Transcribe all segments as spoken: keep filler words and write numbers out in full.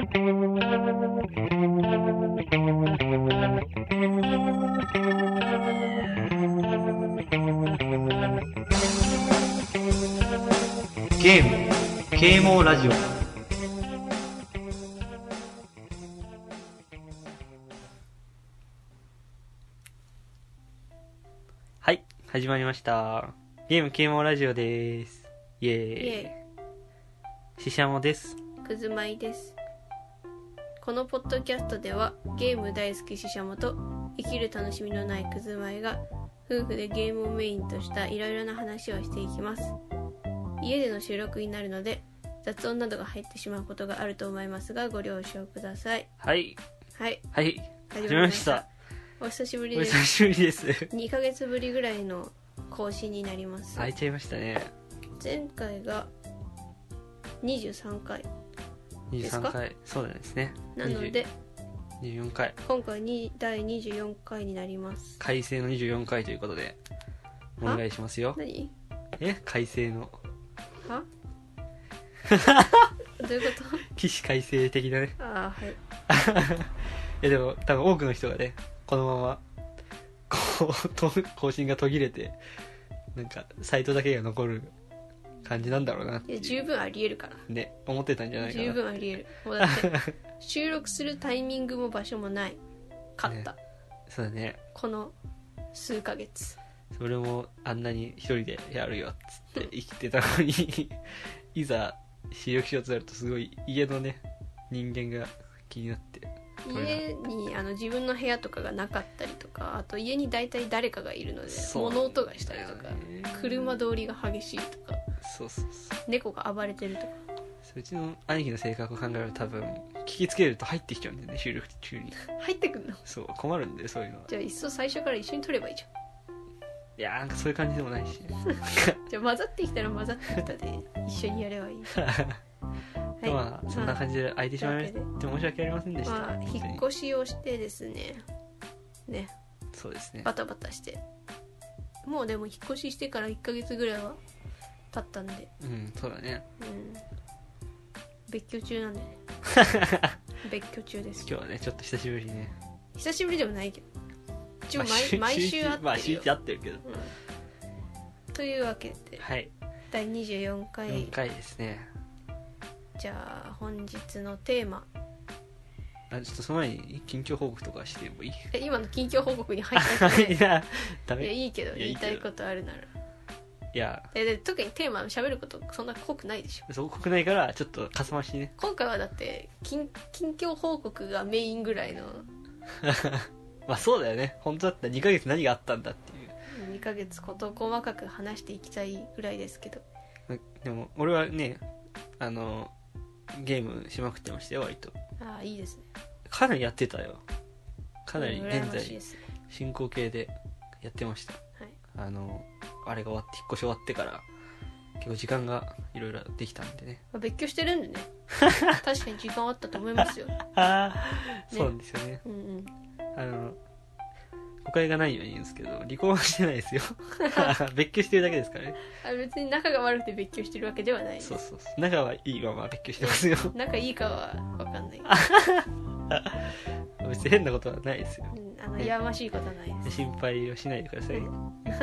ゲーム啓蒙ラジオ。はい、始まりました。ゲーム啓蒙ラジオです。イエーイ。イエーイ。ししゃもです。 くずまいです。このポッドキャストではゲーム大好きししゃもと生きる楽しみのないくずまいが夫婦でゲームをメインとしたいろいろな話をしていきます。家での収録になるので雑音などが入ってしまうことがあると思いますがご了承ください。 はいはいはい、始めました。 お久しぶりです。 お久しぶりです。 にかげつぶりぐらいの更新になります。 空いちゃいましたね。 前回がにじゅうさんかいにじゅうさんかい、そうなんですね。 なのでにじゅうよんかい、 今回にだいにじゅうよんかいになります。 改正のにじゅうよんかいということでお願いしますよ。 何？ え、改正のはどういうこと？ 起死回生的なね。 ああ、はい。 いやでも多分多くの人がねこのままこうと更新が途切れてなんかサイトだけが残る感じなんだろうなっていう。 いや十分ありえるからね、思ってたんじゃないかな。 十分ありえる。もうだって収録するタイミングも場所もないかった、 ね、そうだね。 この数ヶ月それもあんなに一人でやるよっつって生きてたのにいざ収録しようとなるとすごい家のね人間が気になって、 家にあの自分の部屋とかがなかったりとか、あと家に大体誰かがいるので物音がしたりとか、車通りが激しいとか、 そうそうそう、 猫が暴れてるとか。 うちの兄貴の性格を考えると多分聞きつけると入ってきちゃうんだよね、収録中に。 入ってくんの？ そう、困るんでそういうのは。 じゃあいっそ最初から一緒に撮ればいいじゃん。 いやーなんかそういう感じでもないしじゃあ混ざってきたら混ざってきたで一緒にやればいいはい、 まあそんな感じで空いてしまいまして申し訳ありませんでした、 まあ、引っ越しをしてですねね、 そうですね、 バタバタしてもうでも引っ越ししてからいっかげつぐらいは経ったんで、 うん、そうだね、 うん、別居中なんでね別居中です。 今日はねちょっと久しぶりにね、 久しぶりでもないけど一応 毎,、まあ、毎週会ってるよ、 まあ週一会ってるけど、 うん、というわけで、 はい、 だいにじゅうよんかい、 よんかいですね。 じゃあ本日のテーマ、 あ、ちょっとその前に近況報告とかしてもいい？ え今の近況報告に入ってないいやダメ。 いやいいけど言いたいことあるなら、 いやでで特にテーマ喋ることそんな濃くないでしょ。 そう濃くないからちょっとかさ増しね。 今回はだって近近況報告がメインぐらいのまあそうだよね、本当だったらにかげつ何があったんだっていう、 にかげつこと細かく話していきたいぐらいですけど、 でも俺はねあのゲームしまくってましたよ割と。 ああいいですね。 かなりやってたよ。かなり現在、 ね、 進行形でやってました、はい、あのあれが終わって引っ越し終わってから結構時間がいろいろできたんでね、 まあ、別居してるんでね確かに時間あったと思いますよあ、ね、そうなんですよね、 うんうん、 あの誤解がないように言うんですけど離婚はしてないですよ別居してるだけですからね。 あ別に仲が悪くて別居してるわけではないです。 そうそうそう、仲はいいまま別居してますよ仲いいかは分かんない別に変なことはないですよ、 うん、あのやましいことはないです。 心配をしないでください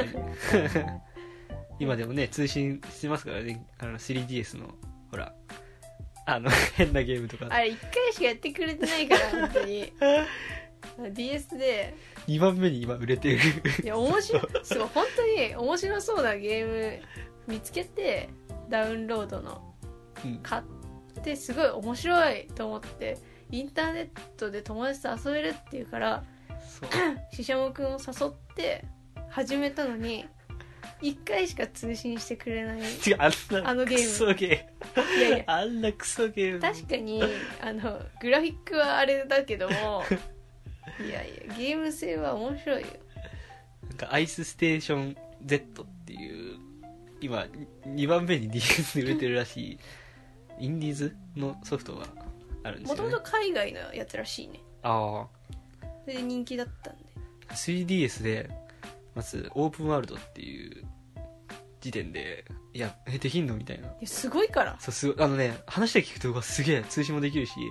今でもね通信してますからね、あの スリーディーエス のほらあの変なゲームとかあれいっかいしかやってくれてないから本当にディーエス でにばんめに今売れてるいや面白い、すごい本当に面白そうなゲーム見つけてダウンロードの、うん、買ってすごい面白いと思ってインターネットで友達と遊べるっていうからししゃもくんを誘って始めたのにいっかいしか通信してくれない。 違う、あんなあのゲームクソゲーいやいやあんなクソゲーム確かにあのグラフィックはあれだけどもいやいやゲーム性は面白いよ。 なんかアイスステーション Z っていう今にばんめに ディーエス で売れてるらしいインディーズのソフトがあるんですよね。 もともと海外のやつらしいね。 ああ、 それで人気だったんでスリーディーエス でまずオープンワールドっていう時点でいやえできんのみたいな。いやすごいからそうすごいあのね話で聞くとうわすげえ通信もできるし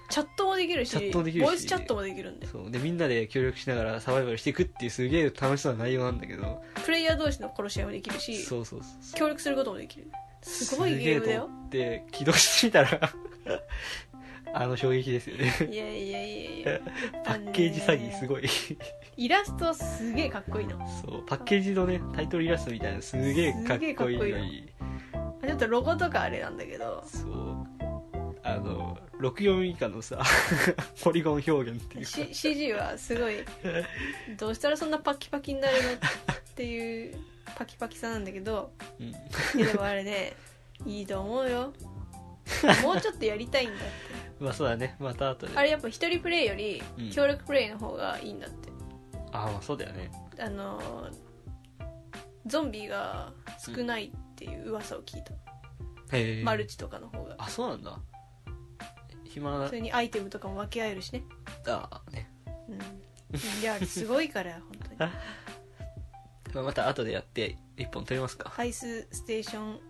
チャットもできるし、 チャットもできるしボイスチャットもできるんで、 そうでみんなで協力しながらサバイバルしていくっていうすげえ楽しそうな内容なんだけど、 プレイヤー同士の殺し合いもできるし、 そうそうそうそう、 協力することもできる。すごいゲームだよ。 で起動してみたらあの衝撃ですよね。 いやいやいやいやパッケージ詐欺すごいイラストすげえかっこいいの。 そうパッケージのねタイトルイラストみたいなすげえかっこいいすげえかっこいいのちょっとロゴとかあれなんだけど、 そうあのろくじゅうよん以下のさポリゴン表現っていうか C- シージー はすごいどうしたらそんなパキパキになるのっていうパキパキさなんだけど、 うん、 いやでもあれねいいと思うよ。もうちょっとやりたいんだってまあそうだね、また後であれやっぱ一人プレイより協力プレイの方がいいんだって、 うん、ああまあそうだよね。 あのゾンビが少ないっていう噂を聞いた、 うん、へえマルチとかの方が。 あそうなんだ。暇なそれにアイテムとかも分け合えるしね。 ああね、 うんいやすごいから本当にまあまた後でやって一本取りますか。 ハイスステーション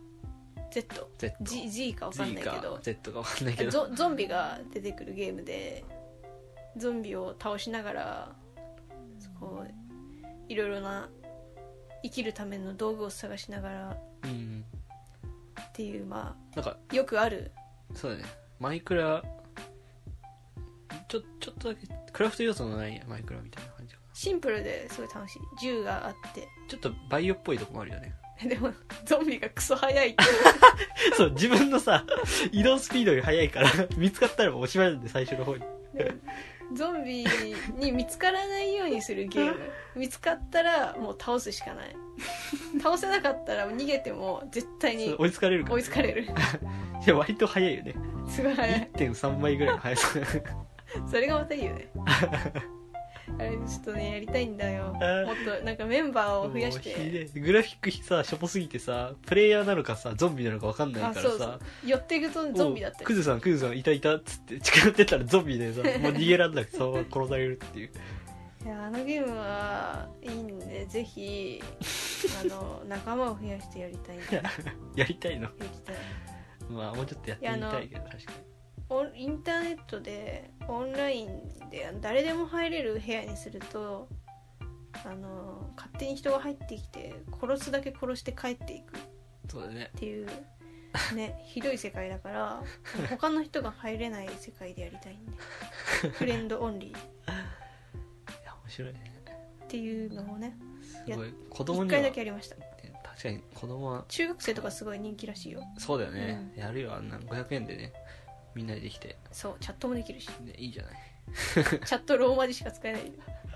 Z, Z G, G か分かんないけ G どか Z か分かんないけどゾ, ゾンビが出てくるゲームでゾンビを倒しながらこういろいろな生きるための道具を探しながらうんっていう、まなんかあよくある。 そうだね、マイクラちょちょっとだけクラフト要素のないマイクラみたいな感じかな。 シンプルですごい楽しい。銃があってちょっとバイオっぽいとこもあるよねでもゾンビがクソ速いってそう自分のさ移動スピードが速いから見つかったらもうおしまいなんで最初の方にでゾンビに見つからないようにするゲーム。見つかったらもう倒すしかない。倒せなかったら逃げても絶対に追いつかれるから、 追いつかれる。 いや割と速いよね。 すごい速い。 いってんさん 倍ぐらいの速さそれがまたいいよね。あれちょっとねやりたいんだよ。もっとなんかメンバーを増やしもうひて。 でグラフィックさしょぼすぎてさプレイヤーなのかさゾンビなのか分かんないからさ、 あそうそう寄っていくとゾンビだったり。 クズさんクズさんいたいたっつって近寄ってったらゾンビでさもう逃げらんなくてそのまま殺されるっていう。 いやあのゲームはいいんでぜひあの仲間を増やしてやりたいんでややりたいのりたい。 まあもうちょっとやってみたいけど確かにオンインターネットでオンラインで誰でも入れる部屋にするとあの勝手に人が入ってきて殺すだけ殺して帰っていくっそうだねていうねひどい世界だから他の人が入れない世界でやりたいんでフレンドオンリーいや面白いねっていうのをねすごい子供いっかいにはだけやりました。 確かに子供は中学生とかすごい人気らしいよ。 そうだよね、 うん、 やるよあんなごひゃくえんでねみんなでできて、 そうチャットもできるし、 ね、いいじゃないチャットローマ字しか使えないよ。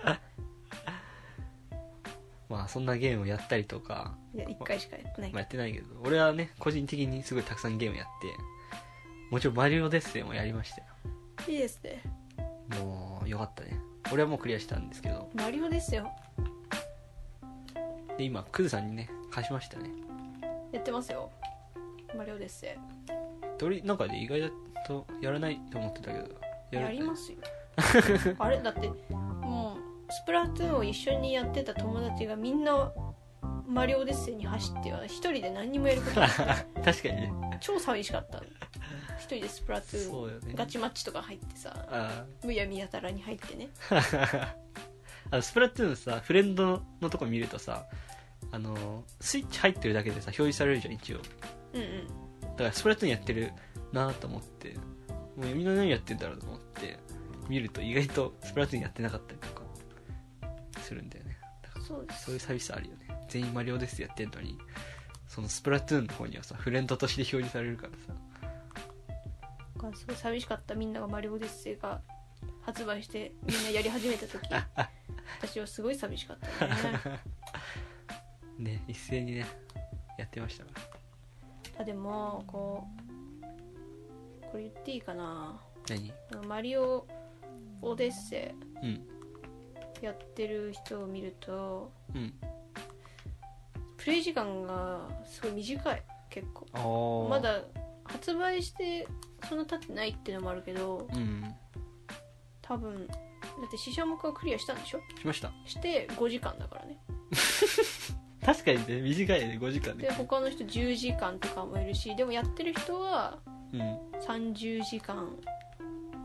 まあそんなゲームをやったりとかいやいっかいしかやってない、 まあ、やってないけど俺はね個人的にすごいたくさんゲームやってもちろんマリオデッセンもやりましたよ。 いいですね。 もうよかったね。俺はもうクリアしたんですけどマリオですよ。 で今クズさんにね貸しましたね。 やってますよマリオデッセ鳥なんかで意外だとやらないと思ってたけどやるやりますよあれだってもうスプラトゥーンを一緒にやってた友達がみんなマリオデッセンに走っては一人で何にもやることなくて確かにね超寂しかった。一人でスプラトゥーン、 そうよねガチマッチとか入ってさあむやみやたらに入ってねあのスプラトゥーンさフレンドのとこ見るとさあのスイッチ入ってるだけでさ表示されるじゃん一応。 うんうんだからスプラトゥーンやってるなと思ってもうみんな何やってんだろうと思って見ると意外とスプラトゥーンやってなかったりとかするんだよね。だからそうです。 そういう寂しさあるよね。全員マリオデスやってんのにそのスプラトゥーンの方にはさフレンドとして表示されるからさだからすごい寂しかった。みんながマリオデッセンが発売してみんなやり始めた時私はすごい寂しかったねね一斉にねやってましたから。 あでもこうこれ言っていいかな。 何マリオオデッセうんイやってる人を見るとうんプレイ時間がすごい短い。結構あーまだ発売してそんな経ってないっていうのもあるけどうん多分だってシシャモクはクリアしたんでしょ。 しました。 してごじかんだからね。 確かにね短いねごじかんで他の人じゅうじかんとかもいるしでもやってる人はうんさんじゅうじかんと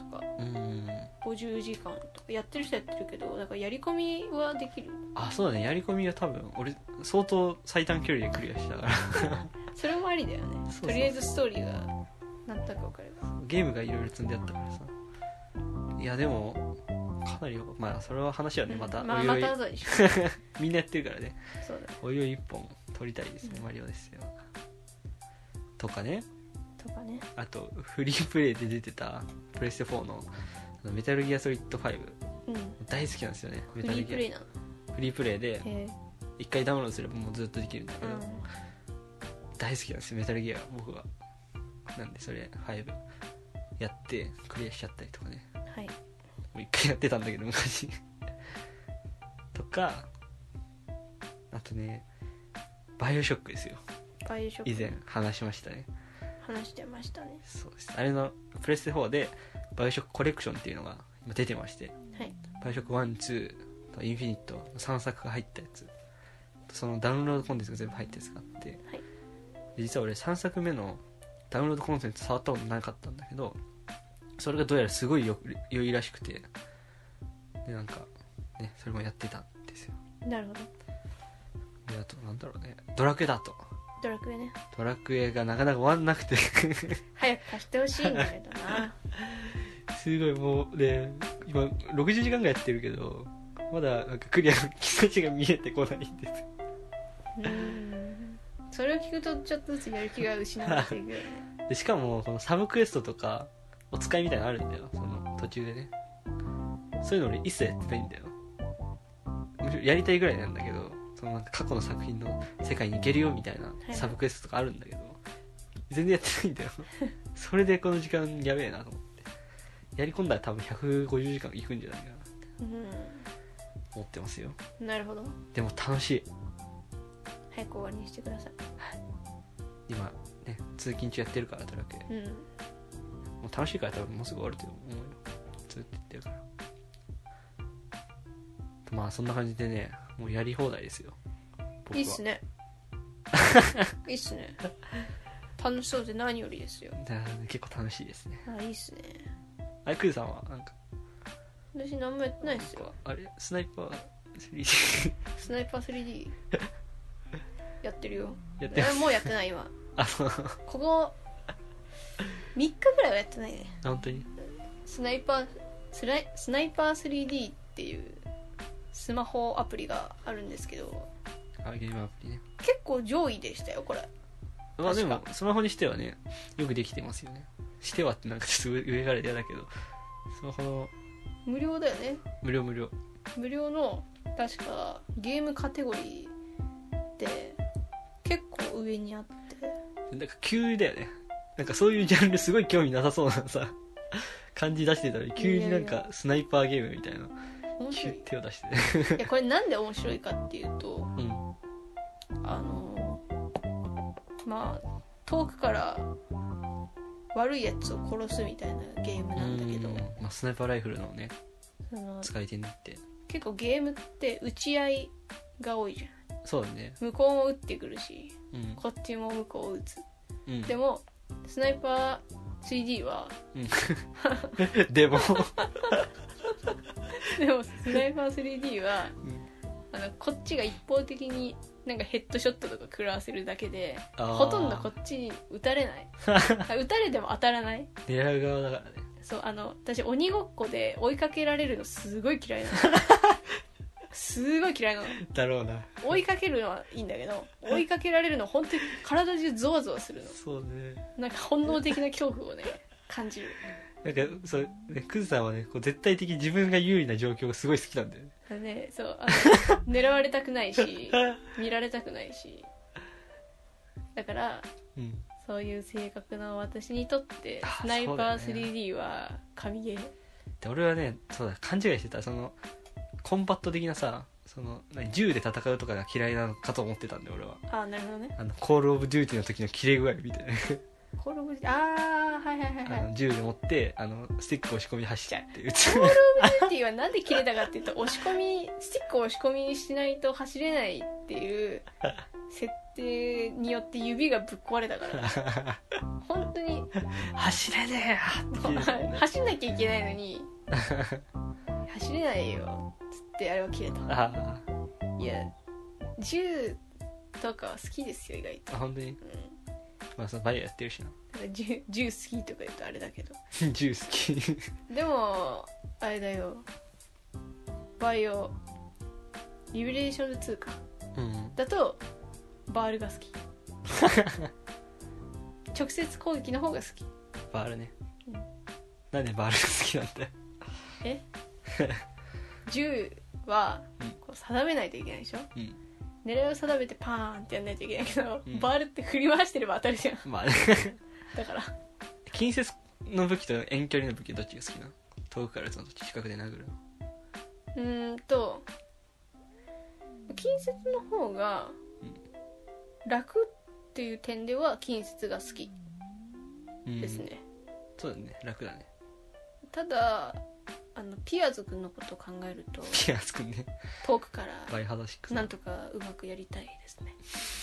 かうんごじゅうじかんとかやってる人やってるけど、だからやり込みはできる。 あそうだね、やり込みは多分俺相当最短距離でクリアしたからそれもありだよね。 そうそうとりあえずストーリーがなんとか分かれば。 ゲームがいろいろ積んであったからさ。いやでもかなり、まあそれは話はね、 うんまたまあおいおい、 また後でしょみんなやってるからね、 そうだおいおい一本取りたいですね、 うんマリオですよとかね。 とかね。 あとフリープレイで出てたプレステフォーのあのメタルギアソリッドファイブ、 うん、 大好きなんですよね。 フリープレイなの。 フリープレイでへえ、 一回ダウンロードすればもうずっとできるんだけど、 うん、 大好きなんですよメタルギア僕は。なんでそれファイブやってクリアしちゃったりとかね、 はい。 もう一回やってたんだけど昔とか、あとねバイオショックですよ。 バイオショック以前話しましたね。 話してましたね。 そうです、あれのプレステフォーでバイオショックコレクションっていうのが今出てまして、 はい。 バイオショックワン、ツーとインフィニットさんさくが入ったやつ、そのダウンロードコンテンツが全部入ったやつがあって、 はい、 で実は俺さんさくめのダウンロードコンテンツ触ったことなかったんだけど、それがどうやらすごいよ良いらしくて、でなんかねそれもやってたんですよ。 なるほど。 であとなんだろうね、ドラクエだとドラクエね。 ドラクエがなかなか終わんなくて早く貸してほしいんだけどなすごいもうね今ろくじゅうじかんぐらいやってるけどまだなんかクリアの兆しが見えてこないんです。 うーん、それを聞くとちょっとずつやる気が失われていくよねでしかもこのサブクエストとかお使いみたいなのあるんだよ、その途中でね。そういうの俺一切やってないんだよ。むしろやりたいぐらいなんだけど、そのなんか過去の作品の世界に行けるよみたいなサブクエストとかあるんだけど、全然やってないんだよそれでこの時間やべえなと思って、やり込んだら多分ひゃくごじゅうじかんいくんじゃないかなって思ってますよ。 うん、なるほど。 でも楽しい。 早く終わりにしてください。 今ね通勤中やってるからドラクエ、 うん、 もう楽しいから多分もうすぐ終わると思うよ、ずっと言ってるから。まあそんな感じでね、もうやり放題ですよ僕は。 いいっすねいいっすね、楽しそうで何よりですよ。 だからね結構楽しいですね。 あ、いいっすね。 あれクーさんはなんか私何もやってないっすよ。 あれスナイパー スリーディースナイパー スリーディー やってるよ。 やってますえもうやってない今あのここみっかぐらいはやってないね。 本当にスナイパースナイスナイパー スリーディー っていうスマホアプリがあるんですけど、 あゲームアプリね。 結構上位でしたよこれ。 まあでも確スマホにしてはねよくできてますよね。してはってなんかちょっと上からで嫌だけど、スマホの無料だよね。 無料無料無料の確かゲームカテゴリーって結構上にあって、 なんか急だよね。なんかそういうジャンルすごい興味なさそうなさ感じ出してたのに急になんかスナイパーゲームみたいな面白い。 手を出していやこれなんで面白いかっていうと、 うんあのまあ遠くから悪いやつを殺すみたいなゲームなんだけど、 まあ、スナイパーライフルのねその使い手になって結構ゲームって撃ち合いが多いじゃん。 そうだね。 向こうも撃ってくるし、 うんこっちも向こう撃つ。 うんでもスナイパー スリーディー はうんでもでもスナイパー スリーディー は、うん、あのこっちが一方的になんかヘッドショットとか食らわせるだけでほとんどこっちに撃たれない撃たれても当たらない。 狙う側だからね。 そうあの私鬼ごっこで追いかけられるのすごい嫌いなのすごい嫌いなのだろうな。 追いかけるのはいいんだけど追いかけられるの本当に体中ゾワゾワするの。 そうね。 なんか本能的な恐怖をね感じる。 なんかそうね、クズさんはねこう絶対的に自分が有利な状況がすごい好きなんだよね。 あのね、そうあの狙われたくないし見られたくないし、だから、 うん、 そういう性格の私にとってスナイパー スリーディー は神ゲー。 で俺はねそうだ勘違いしてた。そのコンバット的なさ、その銃で戦うとかが嫌いなのかと思ってたんで俺は。 あ、なるほどね。 あのコールオブデューティーの時の切れ具合みたいなコールオブデューティー、あーはいはいはいはい。 あの銃で持ってあのスティックを押し込み走って撃つ。 コールオブデューティーはなんで切れたかっていうと押し込みスティックを押し込みにしないと走れないっていう設手によって指がぶっ壊れたから本当に走れねえよ走んなきゃいけないのに走れないよつってあれは切れた。 あいや銃とかは好きですよ意外と。 あ本当に、うん、まあそのバイオやってるしな。 銃, 銃好きとか言うとあれだけど銃好きでもあれだよバイオリベレーションズツーか、うん、だとバールが好き直接攻撃の方が好き。 バールね、うん、なんでバールが好きなんだよえ銃はこう定めないといけないでしょ、うん、狙いを定めてパーンってやんないといけないけど、うん、バールって振り回してれば当たるじゃん。まあねだから近接の武器と遠距離の武器どっちが好きなの？遠くから撃つのと近くで殴るの？ うーんと近接の方が楽っていう点では近接が好きですね、 うん、そうだね楽だね。 ただあのピアーズくんのことを考えるとピアーズくんね遠くからバイハダシックスなんとかうまくやりたいですね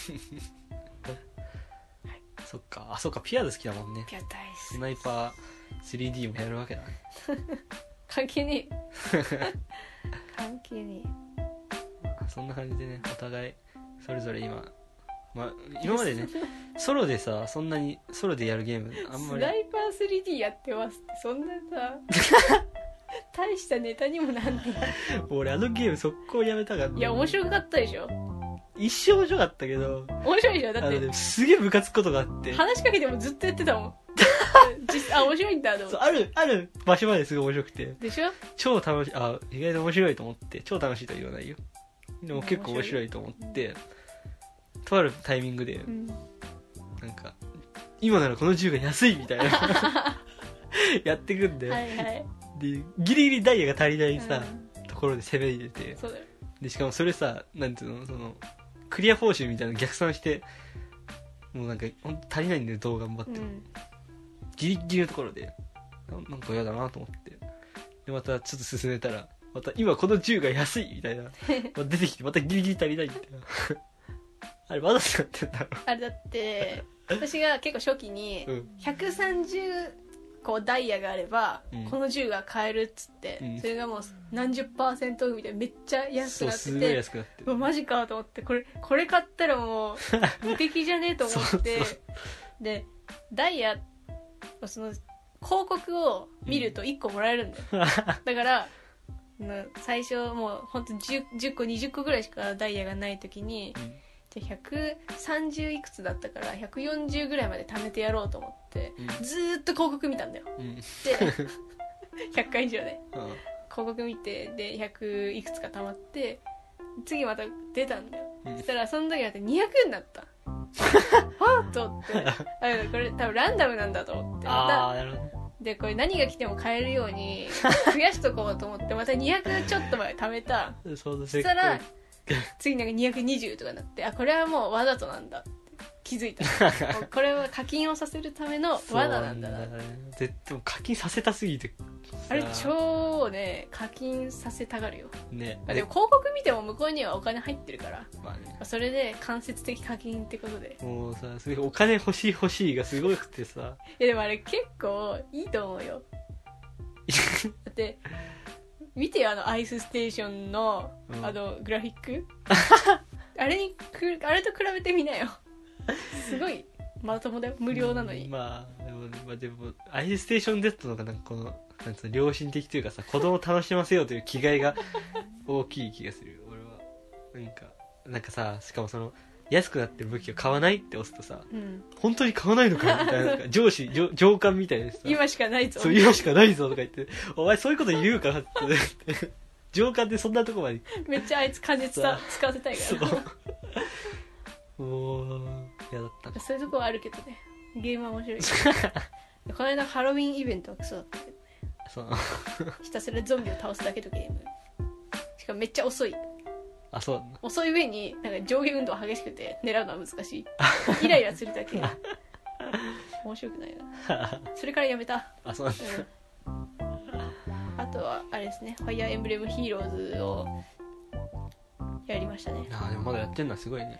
はい、そっかあそっかピアーズ好きだもんね。 ピア大好き。 スナイパー スリーディー もやるわけだね関係ねえ関係ねえそんな感じでねお互いそれぞれ今まあ今までねソロでさそんなにソロでやるゲームあんまりスナイパー スリーディー やってますってそんなさ大したネタにもなんて俺あのゲーム速攻やめたから、ね、 いや面白かったでしょ。 一生面白かったけど面白いでしょだってすげえムカつくことがあって話しかけてもずっとやってたもん実あ面白いんだと思ってあるある場所まですごい面白くてでしょ超楽しいあ意外と面白いと思って超楽しいとは言わないよでも結構面白いと思ってとあるタイミングで、うん、なんか今ならこの銃が安いみたいなやってくんで、はいはい、でギリギリダイヤが足りないさ、うん、ところで攻め入れてそうだよでしかもそれさなんていうのそのクリア報酬みたいなの逆算してもうなんかほんと足りないんだよどう頑張っても、うん、ギリギリのところで な, なんか嫌だなと思ってでまたちょっと進めたらまた今この銃が安いみたいな出てきてまたギリギリ足りないみたいなあれまだ使ってんだろあれだって私が結構初期にひゃくさんじゅうこうダイヤがあれば、うん、この銃が買えるっつって、うん、それがもう何十パーセントオフみたいなめっちゃ安くなっててそうすごい安くなってうわマジかと思ってこれこれ買ったらもう無敵じゃねえと思ってそうそうでダイヤその広告を見るといっこもらえるんだよ、うん、だから最初もうほんと 10, じゅっこにじゅっこぐらいしかダイヤがない時に、うんひゃくさんじゅういくつだったからひゃくよんじゅうぐらいまで貯めてやろうと思って、うん、ずーっと広告見たんだよ、うん、でひゃっかい以上で、うん、広告見てでひゃくいくつか貯まって次また出たんだよ、うん、そしたらその時だってにひゃくになったはぁと思ってあこれ多分ランダムなんだと思ってあなるほどでこれ何が来ても買えるように増やしとこうと思ってまたにひゃくちょっとまで貯めたそしたら次なんかにひゃくにじゅうとかになってあこれはもうわざとなんだって気づいたこれは課金をさせるための罠なんだなって絶対課金させたすぎてあれ超ね課金させたがるよ、 ね、 でも広告見ても向こうにはお金入ってるから、まあね、それで間接的課金ってことでもうさすごいお金欲しい欲しいがすごくてさいやでもあれ結構いいと思うよだって見てよあのアイスステーションの、うん、あのグラフィックあれにくあれと比べてみなよすごいまともだよ無料なのに、 うん、まあでも、まあ、でもアイスステーション Z のがなんかこのなんつうの良心的というかさ子供を楽しませようという気概が大きい気がする俺はなんかなんかさしかもその安くなってる武器を買わないって押すとさ、うん、本当に買わないのかみたいな、なんか上司上、上官みたいなさ今しかないぞそう今しかないぞとか言ってお前そういうこと言うからって上官ってそんなとこまでめっちゃあいつ金使わせたいからそうもう嫌だったそういうとこはあるけどねゲームは面白いこの間ハロウィンイベントはクソだったけどねそうひたすらゾンビを倒すだけのゲームしかもめっちゃ遅いあそう遅い上になんか上下運動激しくて狙うのは難しいイライラするだけ面白くないなそれからやめたあそうなんだ、 うん、あとはあれですねファイアーエンブレムヒーローズをやりましたねあでもまだやってんのはすごいね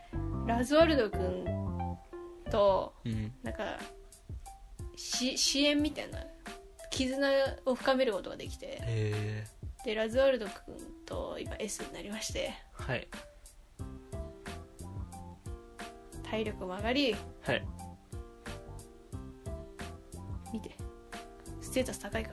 ラズワルド君と、 うん、 なんかし支援みたいな絆を深めることができて、 へでラズワルド君と今 エス になりまして、 はい、 体力も上がり、 はい、 見てステータス高いから。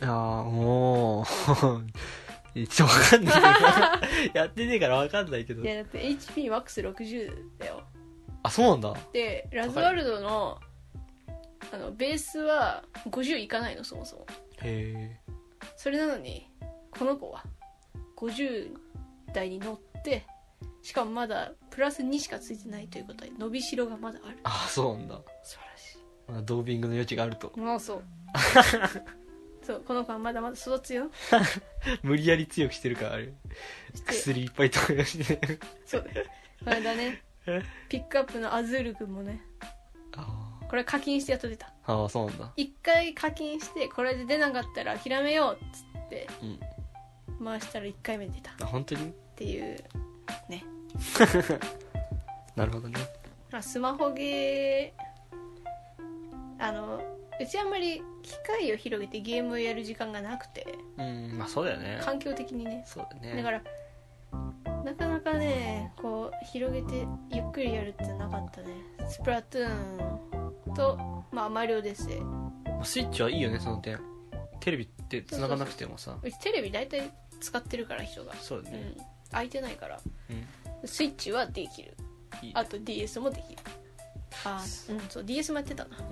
いやもう一応わかんないやってねえからわかんないけど。 いやだって エイチピーマックスろくじゅう だよ。 あ、そうなんだ。 でラズワルドのあのベースはごじゅういかないの、そもそも。 へえ。 それなのにこの子はごじゅうだいに乗って、しかもまだプラスにしかついてないということで伸びしろがまだある。 あ、そうなんだ。 素晴らしい。 まだドーピングの余地があると。 ああ、そうそうこの子はまだまだ育つよ無理やり強くしてるから、あれ薬いっぱい投与してそうだよ。この間ねピックアップのアズール君もね、 あこれ課金してやっと出た。 ああ、そうなんだ。 一回課金してこれで出なかったら諦めようっつって、 うん、 回したらいっかいめで出た。 あ、本当にっていうねなるほどね。 スマホゲー、あのうちあんまり機械を広げてゲームをやる時間がなくて、 うん、まあそうだよね。 環境的にね。 そうだね。 だからなかなかねこう広げてゆっくりやるってなかったね。スプラトゥーンと、まあ、マリオですね。 スイッチはいいよね、その点。テレビって繋がなくてもさ。 うちテレビ大体使ってるから人が。 そうだね、 うん、空いてないから、 うん、 スイッチはできる。いいね、あと ディーエス もできる。あ、うん、そう ディーエス もやってたな。うん。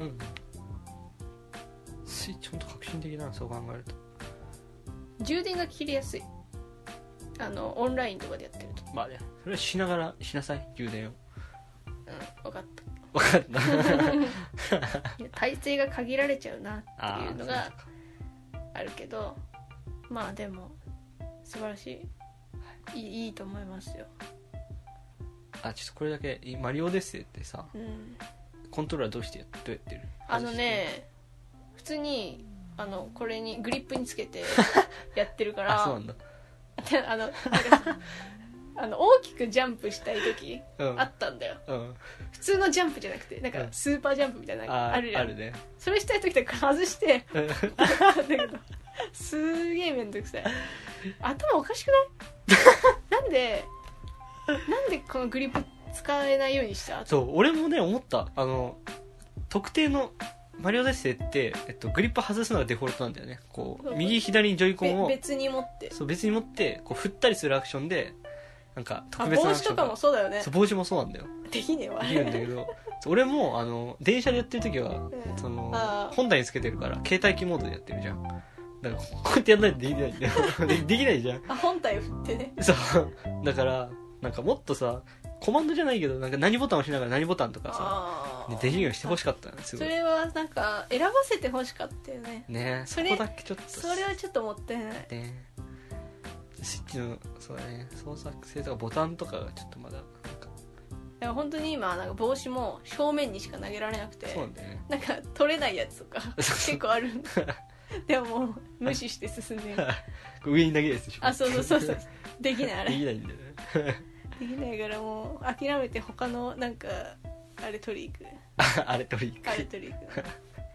スイッチほんと革新的だな、そう考えると。 充電が切りやすい。あのオンラインとかでやってると。 まあね、それはしながらしなさい、充電を。 うん、分かった分かった体勢が限られちゃうなっていうのがあるけど、まあでも素晴らしい、いい、いいと思いますよ。 あ、ちょっとこれだけマリオデッセイってさ、うん、コントローラーどうしてどうやってる？ あのね、普通にあのこれにグリップにつけてやってるからあ、そうなんだあのなんかあの大きくジャンプしたい時あったんだよ、うん、普通のジャンプじゃなくてなんかスーパージャンプみたいなのがあるじゃん、うん、あるね。それしたい時とか外してだけどすげえめんどくさい。頭おかしくないなんでなんでこのグリップ使えないようにした？ そう、俺もね思った。あの特定のマリオデッセイって、えっと、グリップ外すのがデフォルトなんだよね。こう右左にジョイコンを別に持ってそう別に持ってこう振ったりするアクションで、なんか特別なアクションが、 帽子とかもそうだよね。 そう帽子もそうなんだよ。 できねえわ。 できるんだけど俺もあの電車でやってる時は、うん、その本体につけてるから携帯機モードでやってるじゃん。だからこうやってやんないとできないんだよで, できないじゃん。 あ、本体を振ってね。 そうだからなんかもっとさコマンドじゃないけどなんか何ボタンを押しながら何ボタンとかさ、ね、できるようにしてほしかったね。すごいそれはなんか選ばせてほしかったよね。 ね、そこだけちょっとそれはちょっともったいないね。スイッチのそうだね、操作性とかボタンとかがちょっとまだなんか、 でも本当に今なんか帽子も正面にしか投げられなくて、 そうなんだよね、 なんか取れないやつとか結構あるんだでももう無視して進んでる上に投げるやつでしょ。 あ、そうそうそうそうできないあれできないんだよねできないからもう諦めて他のなんかあれ取り行くあれ取り行くあれ取り行く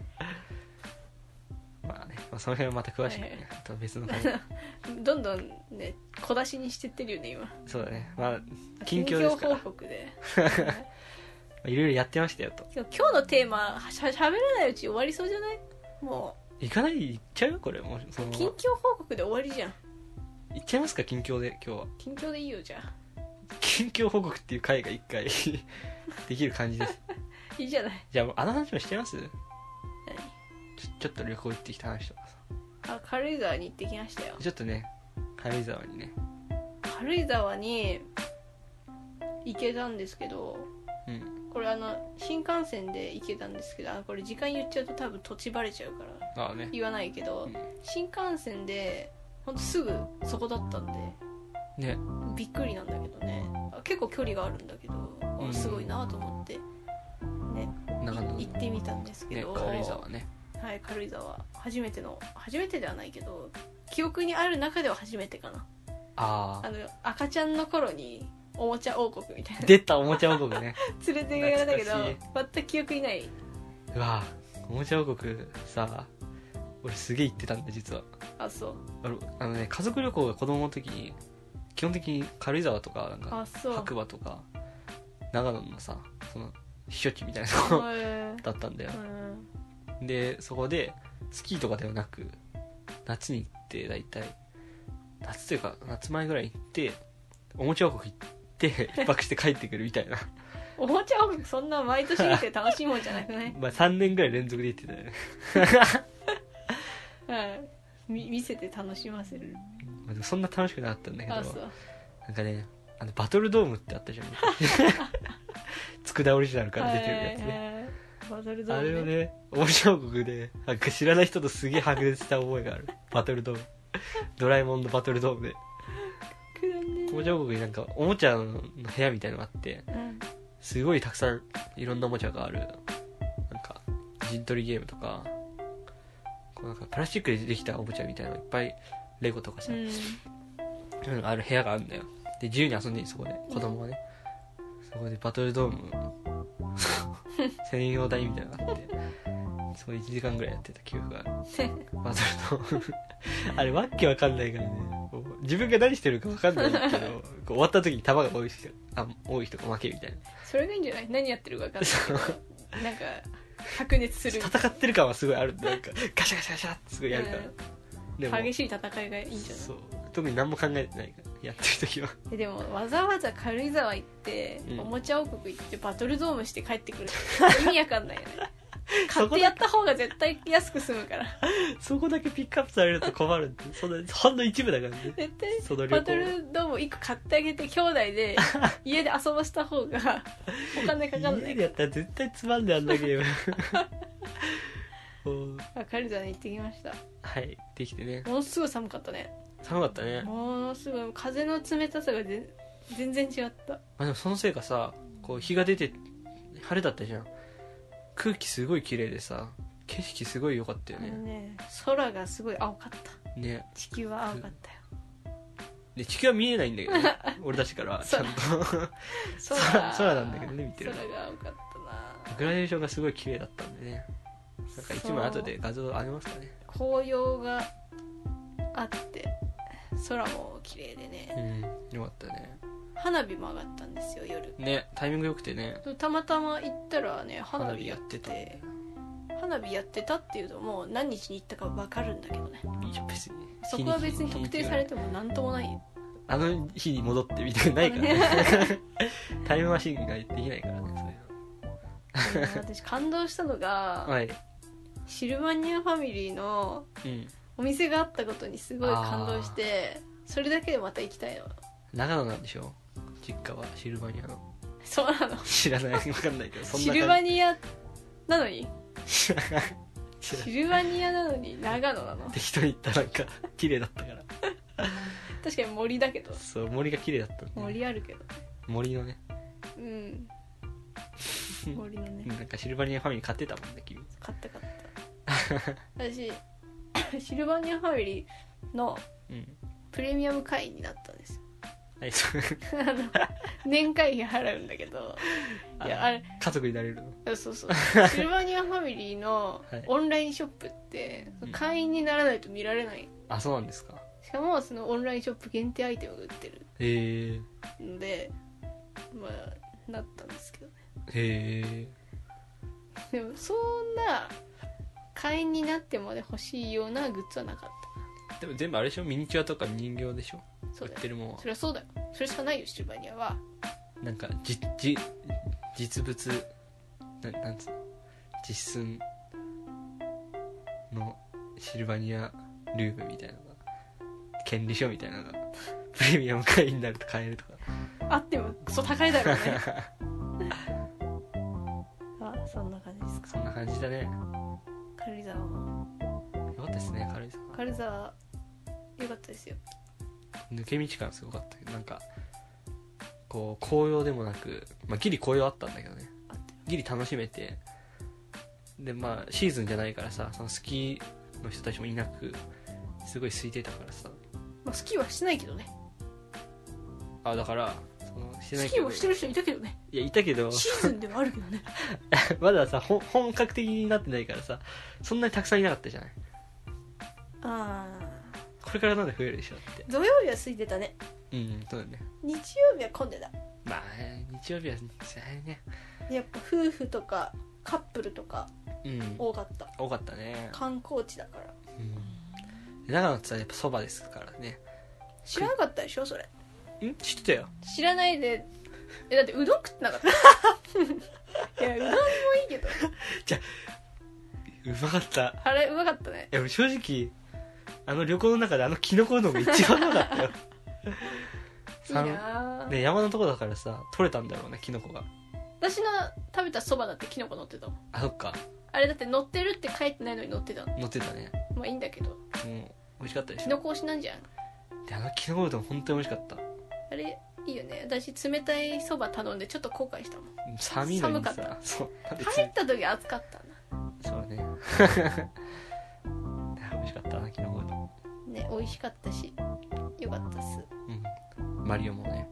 まあね、まあ、その辺はまた詳しくね、はいはい、あと別のどんどんね小出しにしてってるよね今。 そうだね、まあ近況ですから近況報告でいろいろやってましたよと。 今日のテーマしゃべらないうち終わりそうじゃない？もう行かないで行っちゃうよこれ。もうその近況報告で終わりじゃん。 行っちゃいますか近況で。今日は近況でいいよ。じゃあ近況報告っていう回が一回できる感じですいいじゃない。 じゃああの話もしちゃいます？ 何？ちょちょっと旅行行ってきた話とかさ。あ、軽井沢に行ってきましたよ。 ちょっとね、軽井沢にね軽井沢に行けたんですけど、うん、これあの新幹線で行けたんですけど、あこれ時間言っちゃうと多分土地バレちゃうからあ、ね、 言わないけど、うん、新幹線でほんとすぐそこだったんで、ね、びっくりなんだけどね。結構距離があるんだけど、うん、すごいなと思ってね、行ってみたんですけど、 ね、軽井沢ね。 はい、軽井沢初めての初めてではないけど記憶にある中では初めてかな。ああの赤ちゃんの頃におもちゃ王国みたいな出たおもちゃ王国ね連れて行かれたけど懐全く記憶にない。 うわおもちゃ王国さ俺すげえ行ってたんだ実は。 あそうあのあのね家族旅行が子供の時に基本的に軽井沢とかなんかあそう白馬とか長野のさその避暑地みたいなとこだったんだよ、 うん、 でそこでスキーとかではなく夏に行って大体夏というか夏前ぐらいに行っておもちゃ王国行って一泊して帰ってくるみたいなおもちゃ王国そんな毎年行って楽しいもんじゃなくないまあさんねんぐらい連続で行ってたよねうん、見せて楽しませる。 まあ、でもそんな楽しくなかったんだけど、 あそうなんかねあのバトルドームってあったじゃん佃オリジナルから出てるやつね、 はいはいはい、バトルドーム、ね、 あれをねおもちゃ王国でなんか知らない人とすげえ白熱した覚えがあるバトルドームドラえもんのバトルドームでおもちゃ王国になんかおもちゃの部屋みたいなのがあって、うん、すごいたくさんいろんなおもちゃがあるなんか陣取りゲームとかこうなんかプラスチックでできたおもちゃみたいなのいっぱいレゴとかさ、うん、ある部屋があるんだよ。で自由に遊んでいいそこで子供がね、うん、そこでバトルドーム専用台みたいなのがあってそこいちじかんぐらいやってた記憶があるバトルドームあれわけわかんないからね自分が何してるかわかんないけどこう終わった時に球が多い人あ多い人が負けるみたいな。 それがいいんじゃない？何やってるかわかんないけどなんか白熱する戦ってる感はすごいあるんでなんかガシャガシャガシャってすごいやるから、 うん、でも激しい戦いがいいんじゃない？ そう特に何も考えてないからやってる時はでもわざわざ軽井沢行って、うん、おもちゃ王国行ってバトルドームして帰ってくる意味わかんないよね買ってやった方が絶対安く済むからそこだけピックアップされると困るんでそのほんの一部だからね絶対そのバトルドームいっこ買ってあげて兄弟で家で遊ばした方がお金かかんない家でやったら絶対つまんであんなゲーム軽井沢に行ってきましたはいできてねものすごい寒かったね寒かったねものすごい風の冷たさが全然違った。 あでもそのせいかさこう日が出て晴れだったじゃん空気すごい綺麗でさ景色すごい良かったよね。 ね空がすごい青かったね地球は青かったよで地球は見えないんだけど、ね、俺たちからはちゃんと空, 空なんだけどね見てる空が青かったなグラデーションがすごい綺麗だったんでねなんか一枚後で画像上げますかね紅葉があって空も綺麗でねうんよかったね花火も上がったんですよ夜ねタイミング良くてねたまたま行ったらね花火やってて花火やってたっていうのも何日に行ったか分かるんだけどねいいじゃん別にそこは別に特定されても何ともないあの日に戻ってみたいなないからねタイムマシンができないからねそれは私感動したのが、はい、シルバニアファミリーのお店があったことにすごい感動して、うん、それだけでまた行きたいの。 長野なんでしょ実家はシルバニアの。 そうなの知らない分かんないけどそんなシルバニアなのにシルバニアなのに長野なの適当に言ったらなんか綺麗だったから確かに森だけどそう森が綺麗だった、ね、 森あるけど森のねうん森のねなんかシルバニアファミリー買ってたもんね君買った買った私シルバニアファミリーのプレミアム会員になったんですよ、 はい、そうあの年会費払うんだけどいやあれ家族になれるのそうそうシルバニアファミリーのオンラインショップって、はい、会員にならないと見られない、 あそうなんですか。 しかもそのオンラインショップ限定アイテムが売ってるへえのでまあなったんですけどね。 へえでもそんな会員になってまで欲しいようなグッズはなかった。 でも全部あれでしょ、ミニチュアとか人形でしょ、 そうだよ、 売ってるもんは。 そりゃそうだよ、それしかないよシルバニアは。 なんかじじ実物 な, なんつうの実寸のシルバニアルームみたいなのが権利書みたいなのがプレミアム会員になると買えるとかあってもクソ高いだろうねあ、そんな感じですか。 そんな感じだね。 軽井沢もよかったですね。軽井沢軽井沢よかったですよ。 抜け道感すごかったけど、なんかこう紅葉でもなく、まあ、ギリ紅葉あったんだけどね、ギリ楽しめて、でまあシーズンじゃないからさ、そのスキーの人たちもいなくすごい空いてたからさ、 まあ、スキーはしてないけどね。 あだからそそのしてないスキーけどもしてる人いたけどね。 いやいたけどシーズンではあるけどね。 まださほ本格的になってないからさそんなにたくさんいなかったじゃない。 あこれからなんで増えるでしょって。 土曜日は空いてたね。 うんそうだね。 日曜日は混んでた。 まあ日曜日はつらいね。 やっぱ夫婦とかカップルとかうん多かった、 多かったね。 観光地だから。 うん長野ってさやっぱそばですからね。 知らなかったでしょそれ。 ん知ってたよ。 知らないで。えだってうどん食ってなかったいやうどんもいいけどじゃうまかった。 あれうまかったね。 いや正直あの旅行の中であのキノコうどんが一番うまかったよいいなね、山のとこだからさ取れたんだろうねキノコが。 私の食べたそばだってキノコ乗ってたもん。 あそっかあれだって乗ってるって書いてないのに乗ってたの。 乗ってたね。 まあいいんだけどもう美味しかったでしょ。 キノコ推しなんじゃん。 であのキノコうどん本当に美味しかった。 あれいいよね。私冷たいそば頼んでちょっと後悔したもん。 寒いのにさ寒かった。 そう入った時暑かったな。 そうね美味しかったなキノコうどんね。美味しかったしよかったっす。 うんマリオもね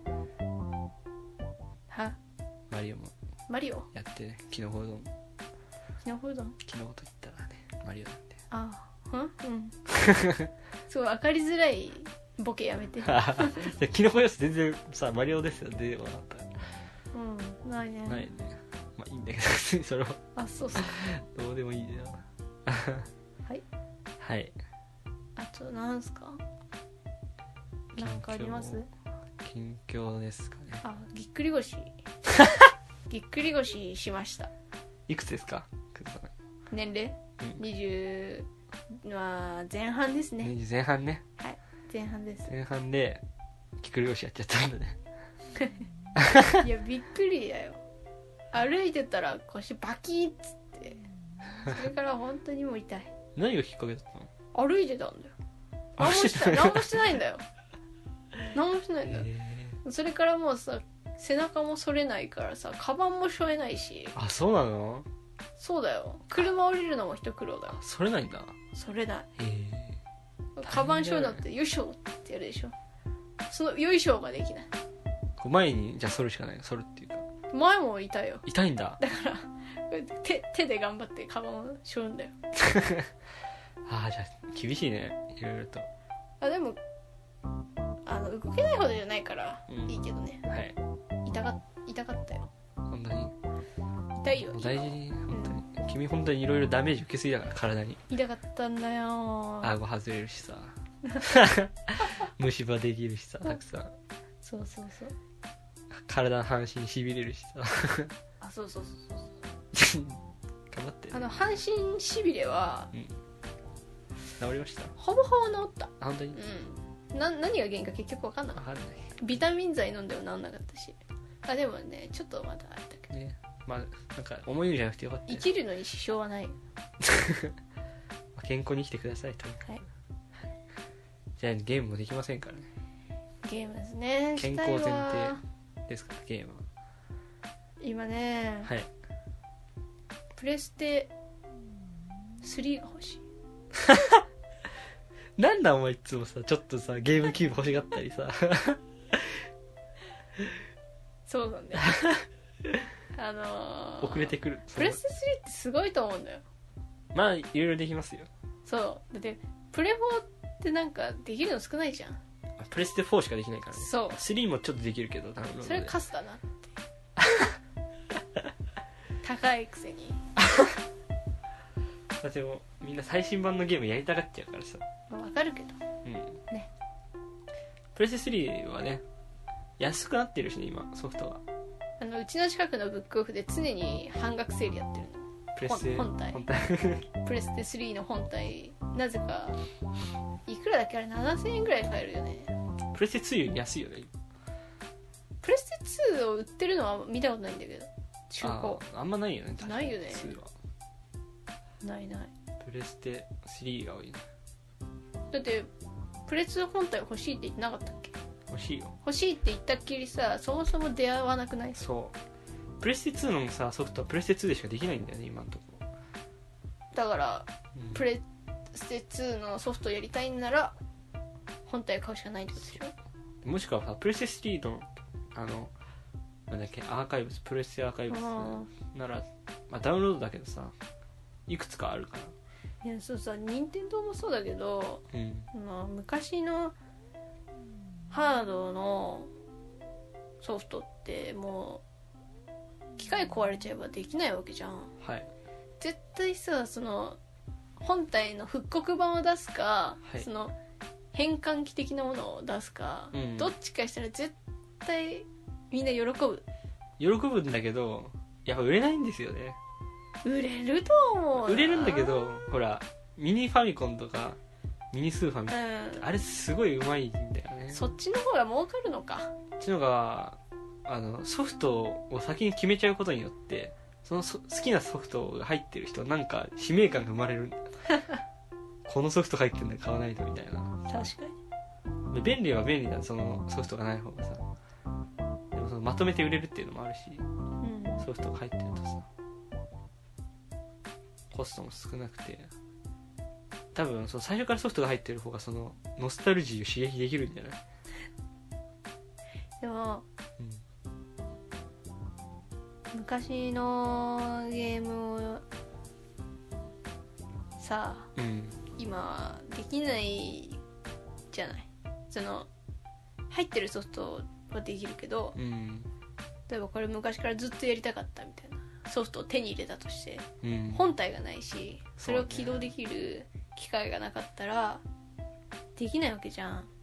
はマリオもマリオやってねキノコうどんキノコうどん。 キノコと言ったらねマリオなんでああうんうんすごい分かりづらいボケやめてでキノコ要素全然さマリオですよ出てこなかっうんないねたないね。まあいいんだけど別にそれはあそうそうどうでもいいよはいはいあとなんすかなんかあります？ 近況ですかね。 あぎっくり腰ぎっくり腰しました。 いくつですかクズさん。 年齢、 うん、 にじゅうまあ前半ですね。 にじゅう前半ね。 はい前半です。 前半でぎっくり腰やっちゃったんだねいやびっくりだよ。歩いてたら腰バキッつってそれから本当にもう痛い。 何がきっかけだったの？ 歩いてたんだよ。何もしてない何もしてないんだよ。何もしてないんだよ、それからもうさ背中も反れないからさカバンも背負えないし。 あそうなの？ そうだよ。車降りるのも一苦労だよ。 それないんだ。 それない。 へえカバン背負うのってよいしょってやるでしょ。そのよいしょができない。 こう前にじゃあ反るしかないの。反るっていうか前も痛いよ。 痛いんだ。 だから手, 手で頑張ってカバンを背負うんだよああじゃあ厳しいねいろいろと。 あでもあの動けないほどじゃないからうんいいけどね、 はい。 痛か痛かったよ。 本当に痛いよ。 大事に本当に、君本当にいろいろダメージ受けすぎだから体に。 痛かったんだよ。 顎外れるしさ虫歯できるしさたくさん。 そうそうそう。 体の半身しびれるしさあそうそうそうそう頑張って、ね、 あの半身しびれは、 うん、治りました。 ほぼほぼ治った。 あ本当に、 うん、な何が原因か結局分かんなかった。 分かんないビタミン剤飲んでも治んなかったし。あでもねちょっとまだあれだけどね。まあなんか思いよりじゃなくてよかった、ね、 生きるのに支障はない。 まあ健康に生きてくださいとにかく、 はい、 じゃあゲームもできませんからね。 ゲームですね。 健康前提ですからゲームは。 今ね、 はい。 プレステスリーが欲しい。 なんだお前いつもさちょっとさゲームキューブ欲しがったりさそうなんだよあのー、 遅れてくる。 プレステスリーってすごいと思うんだよ。 まあいろいろできますよ。 そうだってプレフォーってなんかできるの少ないじゃん。 プレステフォーしかできないからね。 そうスリーもちょっとできるけどダウンロードでそれカスだなって高いくせにだってもうみんな最新版のゲームやりたがっちゃうからさ。 わかるけどうんね。 プレステスリーはね安くなってるしね今ソフトが。 あのうちの近くのブックオフで常に半額セールやってるの。 プレステ本体本体プレステスリーの本体なぜかいくらだっけあれななせんえんぐらい買えるよね。 プレステツーより安いよね。 プレステツーを売ってるのは見たことないんだけど中古あ, あんまないよね。 ないよね。 ツーはないない。 プレステスリーが多いね。 だってプレス本体欲しいって言ってなかったっけ。 欲しいよ。 欲しいって言ったっきりさそもそも出会わなくない。 そうプレステツーのさソフトはプレステツーでしかできないんだよね今のところ。 だから、 うん、 プレステツーのソフトやりたいんなら本体を買うしかないってことでしょ。 もしくはさプレステスリーのあのなんだっけアーカイブスプレステアーカイブスなら、まあ、ダウンロードだけどさいくつかあるから。 いやそうさ任天堂もそうだけど、うん、あの昔のハードのソフトってもう機械壊れちゃえばできないわけじゃん。 はい。 絶対さその本体の復刻版を出すか、はい、その変換器的なものを出すか、うん、どっちかしたら絶対みんな喜ぶ喜ぶんだけどやっぱ売れないんですよね。 売れると思う。 売れるんだけどほらミニファミコンとかミニスーファミ、うん、あれすごいうまいんだよね。 そっちの方が儲かるのか。 そっちの方があのソフトを先に決めちゃうことによってそのそ好きなソフトが入ってる人はなんか使命感が生まれるんだこのソフト入ってるんだ買わないとみたいな。 確かに便利は便利だそのソフトがない方がさ。でもそのまとめて売れるっていうのもあるし、うん、ソフトが入ってるとさコストも少なくて多分その最初からソフトが入ってる方がそのノスタルジーを刺激できるんじゃない？ でも、うん、昔のゲームをさ、うん、今できないじゃない。その入ってるソフトはできるけど、うん、例えばこれ昔からずっとやりたかったみたいなソフトを手に入れたとして、うん、本体がないしそれを起動できる機会がなかったらできないわけじゃん、うん、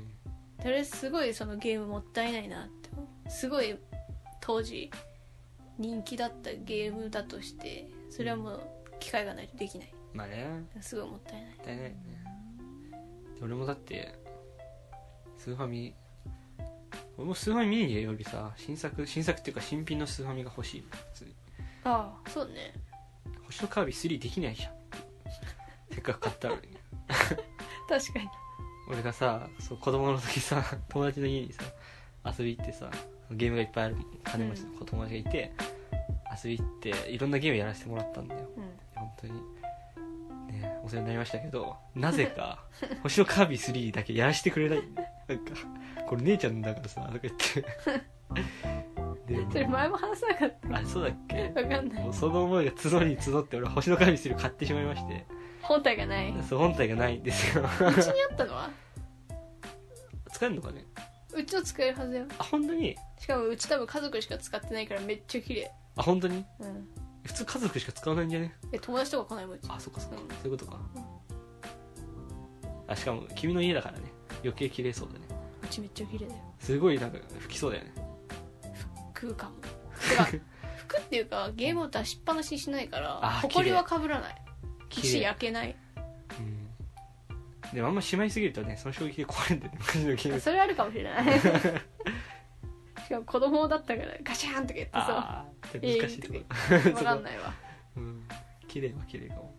それすごいそのゲームもったいないなって思う。すごい当時人気だったゲームだとしてそれはもう機会がないとできない。 まあねすごいもったいない。もったいないね。 俺もだってスーファミ俺もスーファミミニよりさ新作新作っていうか新品のスーファミが欲しい。普通にああそうね。 星のカービィスリーできないじゃんせっかく買ったのに確かに俺がさそう子供の時さ友達の家にさ遊び行ってさゲームがいっぱいある金持ちの友達がいて、うん、遊び行っていろんなゲームやらせてもらったんだよ、うん、本当にねお世話になりましたけどなぜか星のカービィスリーだけやらせてくれないんだよ。なんかこれ姉ちゃんだからさとか言ってでそれ前も話さなかったあそうだっけわかんない。 もうその思いが募りに募って俺は星のカービィスリーを買ってしまいまして。 本体がない。 そう本体がないんですようちにあったのは使えるのかね。 うちは使えるはずよ。 あ本当に。 しかもうち多分家族しか使ってないからめっちゃ綺麗。 あ本当に。うん普通家族しか使わないんじゃね。 え友達とか来ないもんうち。 あそっかそっか、うん、そういうことか、うん、あしかも君の家だからね余計綺麗そうだね。 うちめっちゃ綺麗だよ。 すごいなんか拭きそうだよね。 拭くかも拭くっていうかゲームを出しっぱなしにしないから埃は被らないし焼けない。 うんでもあんましまいすぎるとねその衝撃で壊れるんだよね昔のゲーム。 それあるかもしれないしかも子供だったからガシャーンとか言ってそうあ難しいところ分かんないわうん綺麗は綺麗かも。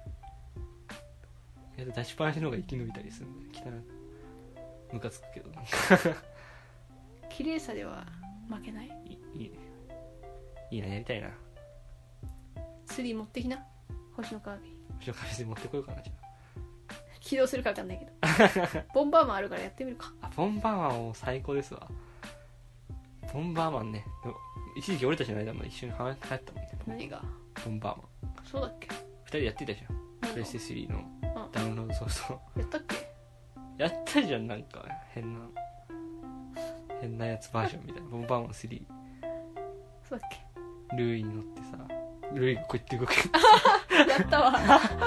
いや出しっぱなしの方が生き延びたりするんだよ。汚いムカつくけどなんか綺麗さでは負けない。 いいいいねいいなやりたいな。 スリー持ってきな星のカービィ。 星のカービィ持ってこようかなじゃあ起動するか分かんないけどボンバーマンあるからやってみるか。 あボンバーマンも最高ですわ。ボンバーマンねでも一時期俺たちの間も一緒に流行ったもんね。 何がボンバーマン。 そうだっけ。 ふたりでやってたじゃんプレステスリーのダウンロードソフト。 やったっけ。 やったじゃんなんか変な変なやつバージョンみたいなボンバーマンスリー。 そうだっけ。ルーイに乗ってさルーイがこうやって動くやったわ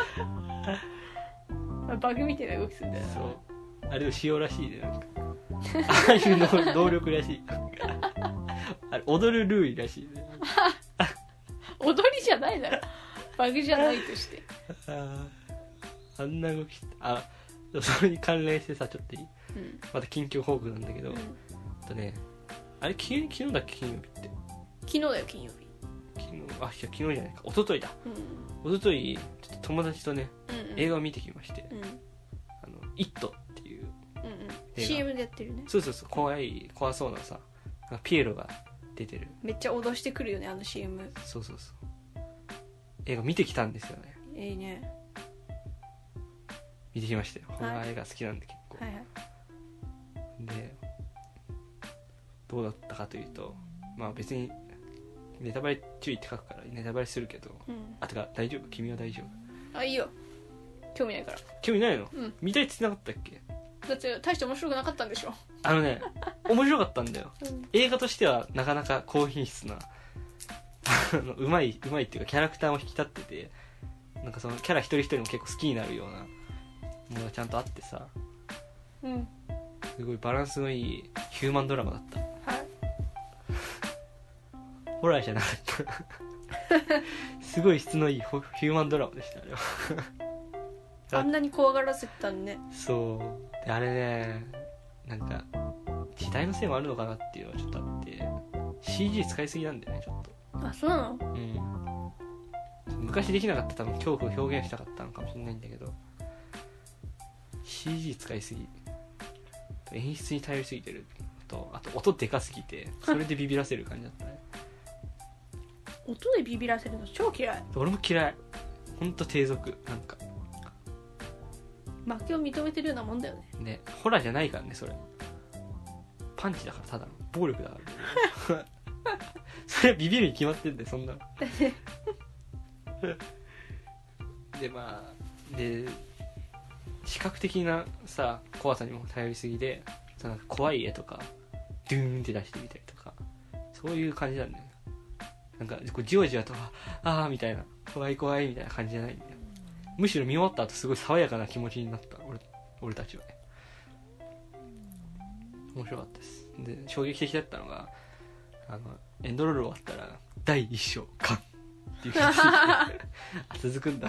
バグみたいな動きするんだよな。 そうあれを仕様らしいでなんかああいうの能力らしいあれ踊るルーイらしいね踊りじゃないだろバグじゃないとしてああんな動きあそれに関連してさちょっといい、うん、また近況報告なんだけど、うん、とねあれ昨日昨日だっけ金曜日って昨日だよ金曜日。 昨日あいや昨日じゃないか一昨日だ、うん、一昨日ちょっと友達とね、うんうん、映画を見てきまして、うん、あのイットっていう、 うんうん、シーエム でやってるね。 そうそうそう怖い怖そうなさピエロが出てるめっちゃ脅してくるよねあの シーエム。 そうそうそう映画見てきたんですよね。 いいね見てきましたよ。ホラー映画好きなんで結構、 はいはい、 でどうだったかというと、まあ別にネタバレ注意って書くからネタバレするけど、 うん、 あてか大丈夫？君は大丈夫？ あ、いいよ、興味ないから。 興味ないの？ うん、 見たいって言ってなかったっけ？ だって大して面白くなかったんでしょ。 あのね面白かったんだよ、 うん、 映画としてはなかなか高品質なうまいうまいっていうかキャラクターも引き立ってて、なんかそのキャラ一人一人も結構好きになるようなものがちゃんとあってさ、 うん、 すごいバランスのいいヒューマンドラマだった。 はい、 ホラーじゃなかったすごい質のいいヒューマンドラマでしたあれはあんなに怖がらせてたんね。 そうで、あれね、なんか時代のせいもあるのかなっていうのはちょっとあって シージー 使いすぎなんだよね、ちょっと。 あ、そうなの？ うん、昔できなかった多分恐怖を表現したかったのかもしれないんだけど シージー 使いすぎ、演出に頼りすぎてると、あと音でかすぎてそれでビビらせる感じだったね音でビビらせるの超嫌い。 俺も嫌い、ほんと低俗、なんか負けを認めてるようなもんだよね。 ね、ホラーじゃないからね、それパンチだから、ただの暴力だからそれはビビるに決まってんだよ、そんなので、まあで視覚的なさ怖さにも頼りすぎで、その怖い絵とかドゥーンって出してみたりとか、そういう感じなんだよね。なんかこうじわじわとああみたいな、怖い怖いみたいな感じじゃないんだよ。むしろ見終わった後すごい爽やかな気持ちになった、 俺, 俺たちはね。面白かったです。で衝撃的だったのが、あのエンドロール終わったらだいいっ章完っていうあ、続くんだ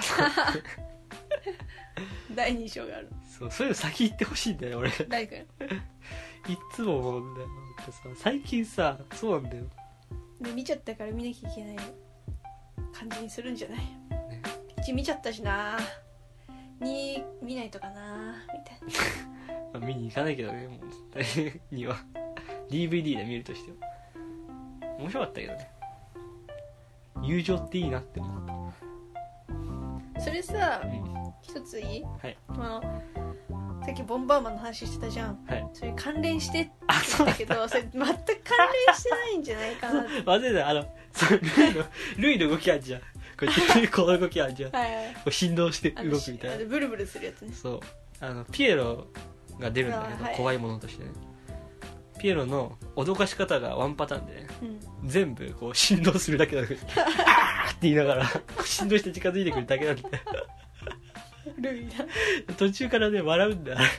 だいに章がある。 そう、そういうの先言ってほしいんだよ俺大君いつも思うんだよ。なんかさ、最近さ、そうなんだよ。 で見ちゃったから見なきゃいけない感じにするんじゃない？ ね、 いち見ちゃったしな、に見ないとかなみたいなまあ、見に行かないけどね、もうには ディーブイディー で見るとしても面白かったけどね。友情っていいなって思った。 それさ、 うん、 一ついい？ はい。 あのさっきボンバーマンの話してたじゃん。 はい。 それ関連してって言ったけど、それ全く関連してないんじゃないかな。 忘れた、あの、そルイの、ルイの動きあるじゃん。こうやって、この動きあるじゃん。 はいはい。 こう振動して動くみたいな。 ブルブルするやつね。 そう。あの、ピエロが出るんだけど、 はい、 怖いものとしてね。ピエロの脅かし方がワンパターンでね、うん、全部こう振動するだけだけど、あーって言いながら、振動して近づいてくるだけなんだよ。 ルイだ。 途中からね笑うんだワ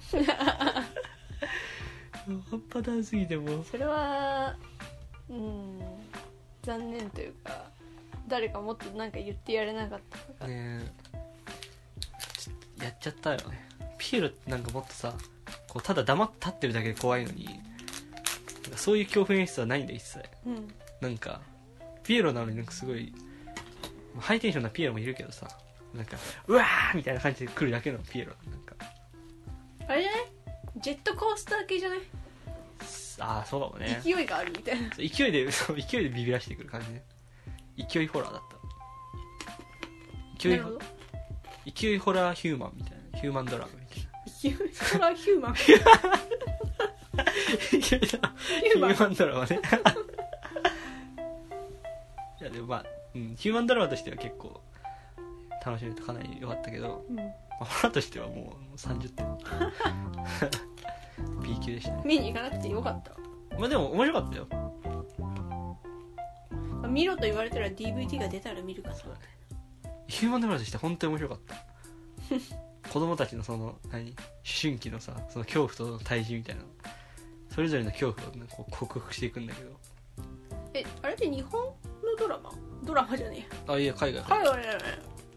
ンパターンすぎてもそれはうん残念というか、誰かもっとなんか言ってやれなかったのかね。えやっちゃったよね。ピエロってなんかもっとさ、こうただ黙って立ってるだけで怖いのに、なんかそういう恐怖演出はないんだ一切、うん、なんかピエロなのになんかすごいハイテンションなピエロもいるけどさ、なんかうわーみたいな感じで来るだけのピエロ、なんかあれじゃない？ジェットコースター系じゃない？ ああ、そうかもね。 勢いがあるみたいな。 勢いでそう勢いでビビらしてくる感じね。勢いホラーだった。勢い勢いホラーヒューマンみたいな、ヒューマンドラマみたいな。 勢いホラーヒューマンヒューマンドラマねいやでもまあ、うん、ヒューマンドラマとしては結構楽しめてかなり良かったけど、うん、まあ、ホラーとしてはもう、もうさんじゅってんB 級でしたね。 見に行かなくてよかった。 まあでも面白かったよ。 見ろと言われたら ディーブイディー が出たら見るかな。 ヒューマンドラマとして本当に面白かった子供たちのその何思春期のさ、その恐怖との対峙みたいな、それぞれの恐怖を、ね、こう克服していくんだけど。 え、あれって日本のドラマ？ドラマじゃねえ。 あ、いや海外海外だよね。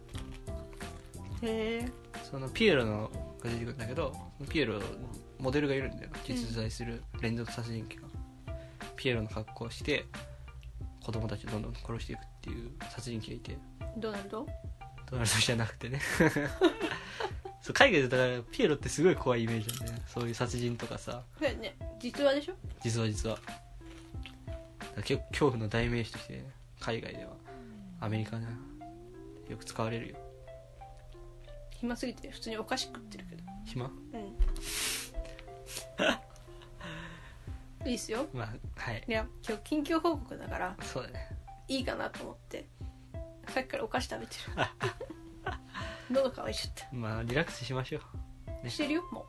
へえ。 そのピエロのが出てくるんだけど、ピエロモデルがいるんだよ、実在する連続殺人鬼が、うん、ピエロの格好をして子供たちをどんどん殺していくっていう殺人鬼がいて。 ドナルド？ ドナルドじゃなくてねそう、海外でだからピエロってすごい怖いイメージなんだよね、そういう殺人とかさ。 そうやね、実話でしょ。 実は実は結構恐怖の代名詞として、ね、海外ではアメリカでよく使われるよ。 暇すぎて普通にお菓子食ってるけど。 暇？うんいいっすよ。 まあはいいや今日緊急報告だからそうだねいいかなと思ってさっきからお菓子食べてる喉乾いちゃった。 まあリラックスしましょう、ね、 してるよもう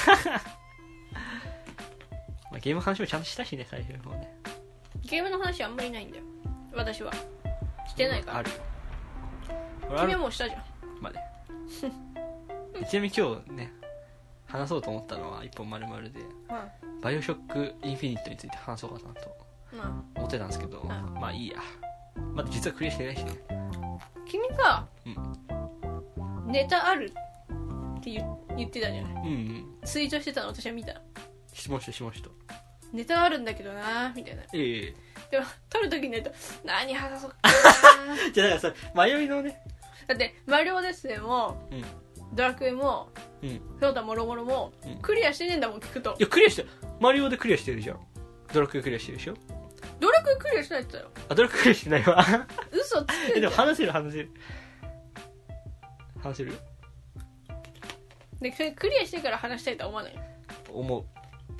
まあ、ゲームの話もちゃんとしたしね最初の方ね。 ゲームの話あんまりないんだよ私は。してないから。 あるよ君はもうしたじゃん。 まあねちなみに今日ね話そうと思ったのは一本丸々で、 まバイオショックインフィニットについて話そうかなとあま思ってたんですけど、 あまあいいや。まだ実はクリアしてないしね。 君さ、 うん、 ネタあるって言言ってたじゃない。 うんうんツイートしてたの私は見た。 しましたしました。 ネタあるんだけどなみたいな。 ええでも撮るときにネタ何話そうかなじゃあだからさ迷いのね、 だってマリオデッセンも、 うんドラクエも、 うん、 フロータもろもろも、うん、クリアしてねえんだもん聞くと。 いやクリアしてマリオでクリアしてるじゃん。ドラクエクリアしてるでしょ。 ドラクエクリアしてないって言ったよ。 あドラクエクリアしてないわ嘘つけ。 えでも話せる話せる話せるでそれクリアしてから話したいとは思わない。 思う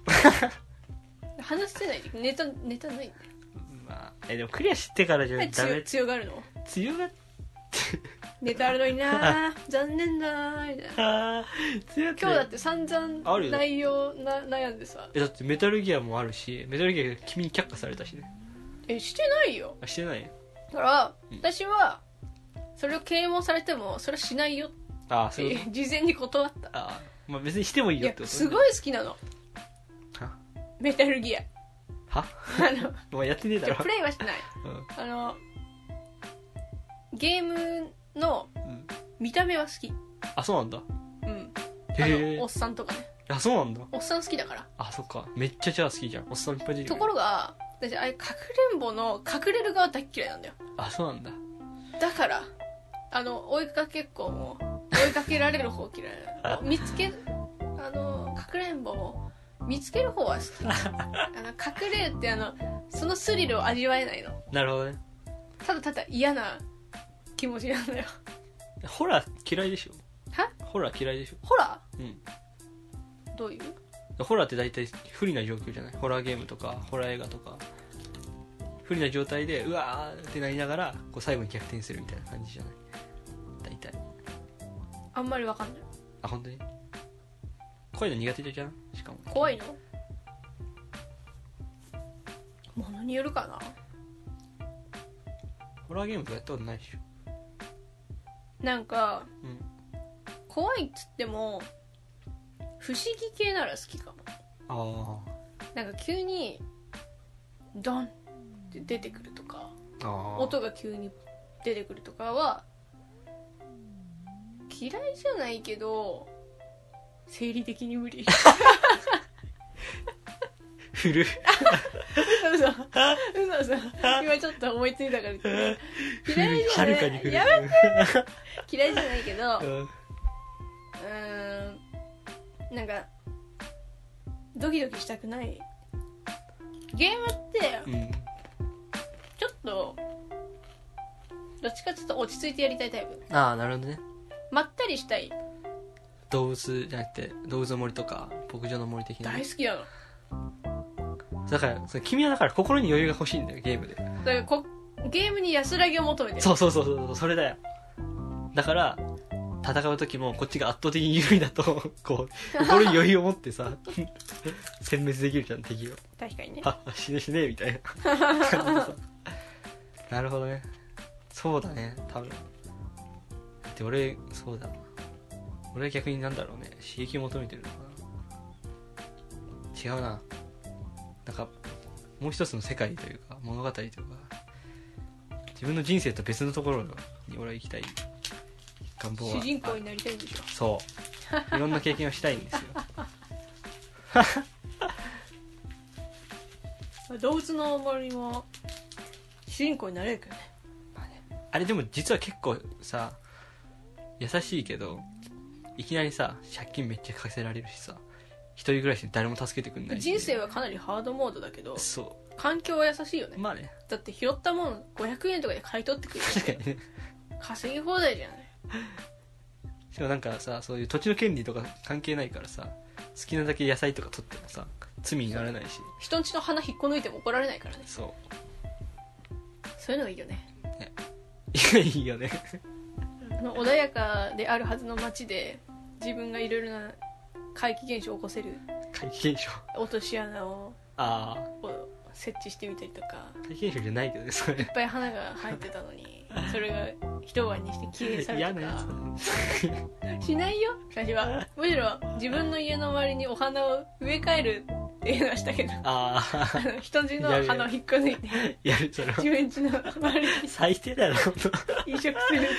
話してないネタネタないんだよ。 まあえでもクリアしてからじゃダメ。 強がるの強がってネタあるのにな残念だーみたいな。今日だって散々内容な悩んでさ。 えだってメタルギアもあるし、メタルギア君に却下されたしね。 えしてないよ。 あしてない。 だから、うん、私はそれを啓蒙されてもそれはしないよってああそう事前に断った。ああまあ別にしてもいいよってこと、ね、 すごい好きなのはメタルギアはあのお前やってねえだろ。 プレイはしない、うん、あのゲームの見た目は好き、うん、 あそうなんだ。 うんへえおっさんとかね。 あそうなんだ。 おっさん好きだから。 あそっかめっちゃじゃあ好きじゃんおっさんいっぱい出てくる。 ところが私あれかくれんぼの隠れる側大っ嫌いなんだよ。 あそうなんだ。 だからあの追いかけっこも追いかけられる方嫌いなの見つけあのかくれんぼも見つける方は好きあの隠れるってあのそのスリルを味わえないの。 なるほどね。 ただただ嫌な気持ちなんだよ。 ホラー嫌いでしょ。 はホラー嫌いでしょ。 ホラーうんどういう。 ホラーって大体不利な状況じゃない。ホラーゲームとかホラー映画とか不利な状態でうわーってなりながらこう最後に逆転するみたいな感じじゃない大体。 あんまりわかんない。 あ本当に怖いの苦手じゃん。しかも怖いのものによるかな。 ホラーゲームとかやったことないでしょ。 なんか、 うん、 怖いっつっても不思議系なら好きかも。 ああなんか急にドンって出てくるとかあ音が急に出てくるとかは嫌いじゃないけど生理的に無理振る嘘嘘嘘今ちょっと思いついたから言って嫌いじゃない。 はるかに振るやめて嫌いじゃないけど、うん、うーんなんかドキドキしたくないゲームって、うん、ちょっとどっちかっていうと落ち着いてやりたいタイプ。 ああなるほどね。 まったりしたい。 動物じゃなくて動物の森とか牧場の森的な。 大好きなの。 だからそ君はだから心に余裕が欲しいんだよゲームで。だからこゲームに安らぎを求めてる。 そうそうそうそうそれだよ。だから戦う時もこっちが圧倒的に有利だとこう心に余裕を持ってさ殲滅できるじゃん敵を。 確かにね。 あ死ね死ねみたいな感じでさなるほどね。そうだね多分。で俺そうだ俺は逆になんだろうね刺激を求めてるのかな。違うな。なんかもう一つの世界というか物語というか自分の人生と別のところに俺は行きたい願望は。 主人公になりたいんでしょ。 そういろんな経験をしたいんですよ動物の森も主人公になれるからね。 まあねあれでも実は結構さ優しいけどいきなりさ借金めっちゃ課せられるしさ一人暮らしで誰も助けてくんない。 人生はかなりハードモードだけどそう環境は優しいよね。 まあねだって拾ったもんごひゃくえんとかで買い取ってくれる。 確かにね稼ぎ放題じゃない。 しかもなんかさ、そういう土地の権利とか関係ないからさ、好きなだけ野菜とか取ってもさ罪にならないし、 人んちの花引っこ抜いても怒られないからね。 そうそういうのがいいよね。 ね、いやいいよねあの穏やかであるはずの街で自分がいろいろな怪奇現象を起こせる怪奇現象、 落とし穴をああ設置してみたりとか、 怪奇現象じゃないけどねそれいっぱい花が入ってたのにそれが一晩にして消え去る嫌となやつだかねしないよ私は。むしろ自分の家の周りにお花を植え替えるっていうのはしたけど、 あああの人んちの花を引っこ抜いてやるそれ自分ちの周りに最低だろ本当移植する。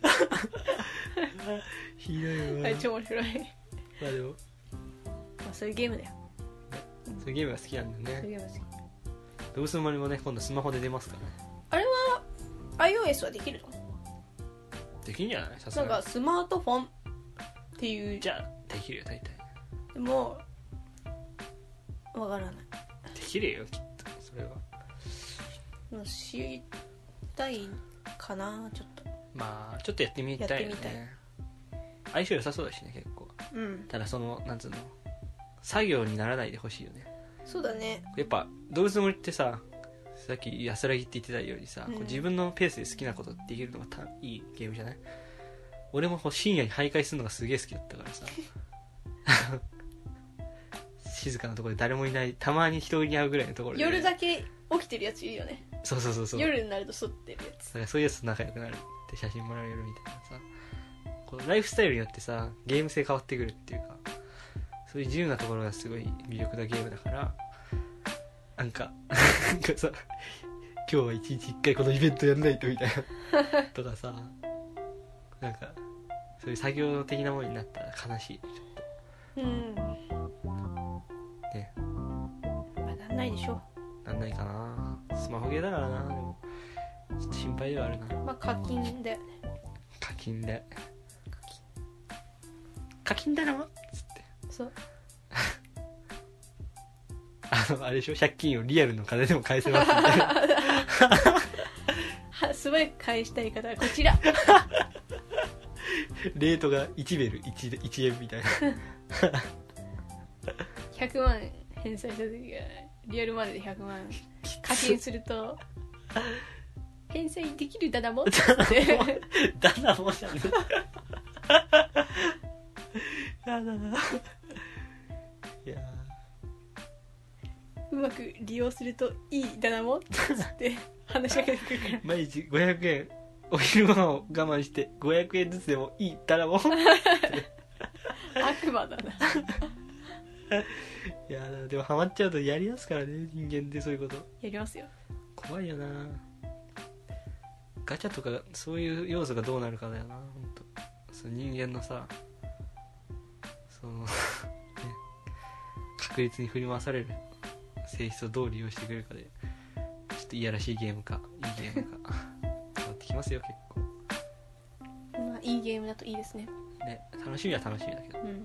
ひどいわ、 あれ超面白い。 まあでも、 まあ、そういうゲームだよ。 そういうゲームが好きなんだよね。 そういうゲーム好き。 動物の森もね今度スマホで出ますからね。 あれは iOS はできるの？ できんじゃない？さすなんがにかスマートフォンっていう。 じゃあできるよ大体。 でもわからない。 できるよきっとそれは。 もう知りたいかなちょっと。 まあちょっとやってみたいよね。 やってみたい。 相性良さそうだしね結構。 うん。 ただそのなんつうの作業にならないでほしいよね。 そうだね。 やっぱ動物の森ってさ、さっき安らぎって言ってたようにさ、 うんこう自分のペースで好きなことできるのがたいいゲームじゃない？俺もこう深夜に徘徊するのがすげえ好きだったからさ静かなところで誰もいない、たまに人に会うぐらいのところで、 夜だけ起きてるやついるよね。 そうそうそうそう、 夜になると剃ってるやつ。 だからそういうやつと仲良くなるって写真もらえるみたいなさ、こうライフスタイルによってさゲーム性変わってくるっていうか、そういう自由なところがすごい魅力なゲームだから、なんかなんかさ今日は一日一回このイベントやんないとみたいなとかさ、なんかそういう作業的なものになったら悲しいちょっうん。 とね。 まあなんないでしょなんないかな、スマホゲーだからな。でもちょっと心配ではあるな。 う。まあ課金だよね。 課金で課金だろっつってそう。 あのあれでしょ、借金をリアルの金でも返せますみたいなはすごい返したい方はこちらレートがいちベル 1, いちえんみたいなひゃくまん返済した時がリアルマネーでひゃくまん課金すると返済できるだなもんってだなもんじゃねえやだないやうまく利用するといいだなもんって話しかけてくるから毎日ごひゃくえんお昼ご飯を我慢してごひゃくえんずつでもいいだなもん悪魔だな。 いやだでもハマっちゃうとやりやすからね、人間ってそういうことやりますよ。 怖いよな。ガチャとかそういう要素がどうなるかだよな、本当。その人間のさ、そのね、確率に振り回される性質をどう利用してくれるかで、ちょっといやらしいゲームかいいゲームか変わってきますよ結構。 まあいいゲームだといいですね。 ね、楽しみは楽しみだけど、 うん。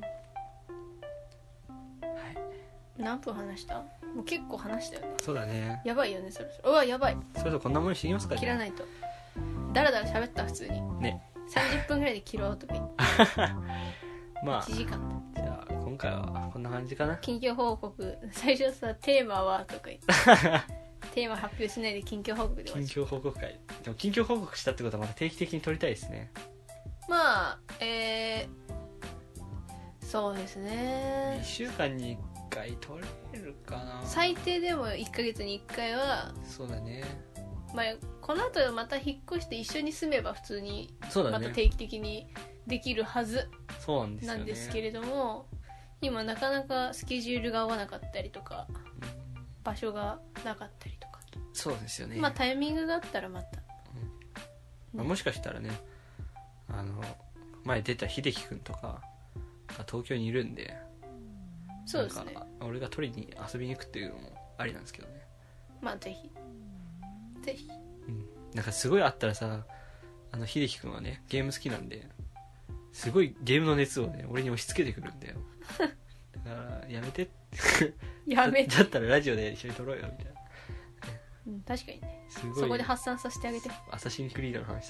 はい、 何分話した？もう結構話したよね。 そうだね。 やばいよねそろそろ。うわやばい。 そろそろこんなものにしていきますかね。 切らないと。だらだら喋った普通に。 ね。 さんじゅっぷんぐらいで切ろうとか言って。 まあいちじかんだ。 じゃあ今回はこんな感じかな。 近況報告。最初さテーマはとか言って。テーマ発表しないで近況報告で終わ近っちゃう。 況報告会。でも近況報告したってことはまた定期的に撮りたいですね。 まあえー、そうですねいっしゅうかんにいっかい撮れるかな。 最低でもいっかげつにいっかいは、 そうだね。 まあ、この後また引っ越して一緒に住めば普通にそうだね。 また定期的にできるはずそうなんですよね。 なんですけれども、今なかなかスケジュールが合わなかったりとかうん場所がなかったりとか、 そうですよね。 まあタイミングがあったらまた、 まあ、もしかしたらね、あの前出た秀樹くんとかが東京にいるんで、 そうですね、 なんか俺が取りに遊びに行くっていうのもありなんですけどね。 まあぜひぜひ。 うん、なんかすごいあったらさ、あの秀樹くんはねゲーム好きなんで、すごいゲームの熱をね俺に押し付けてくるんだよ。だからやめてやめてだったらラジオで一緒に撮ろうよみたいな。 うん、確かにね、 すごいそこで発散させてあげて。 アサシンクリードの話され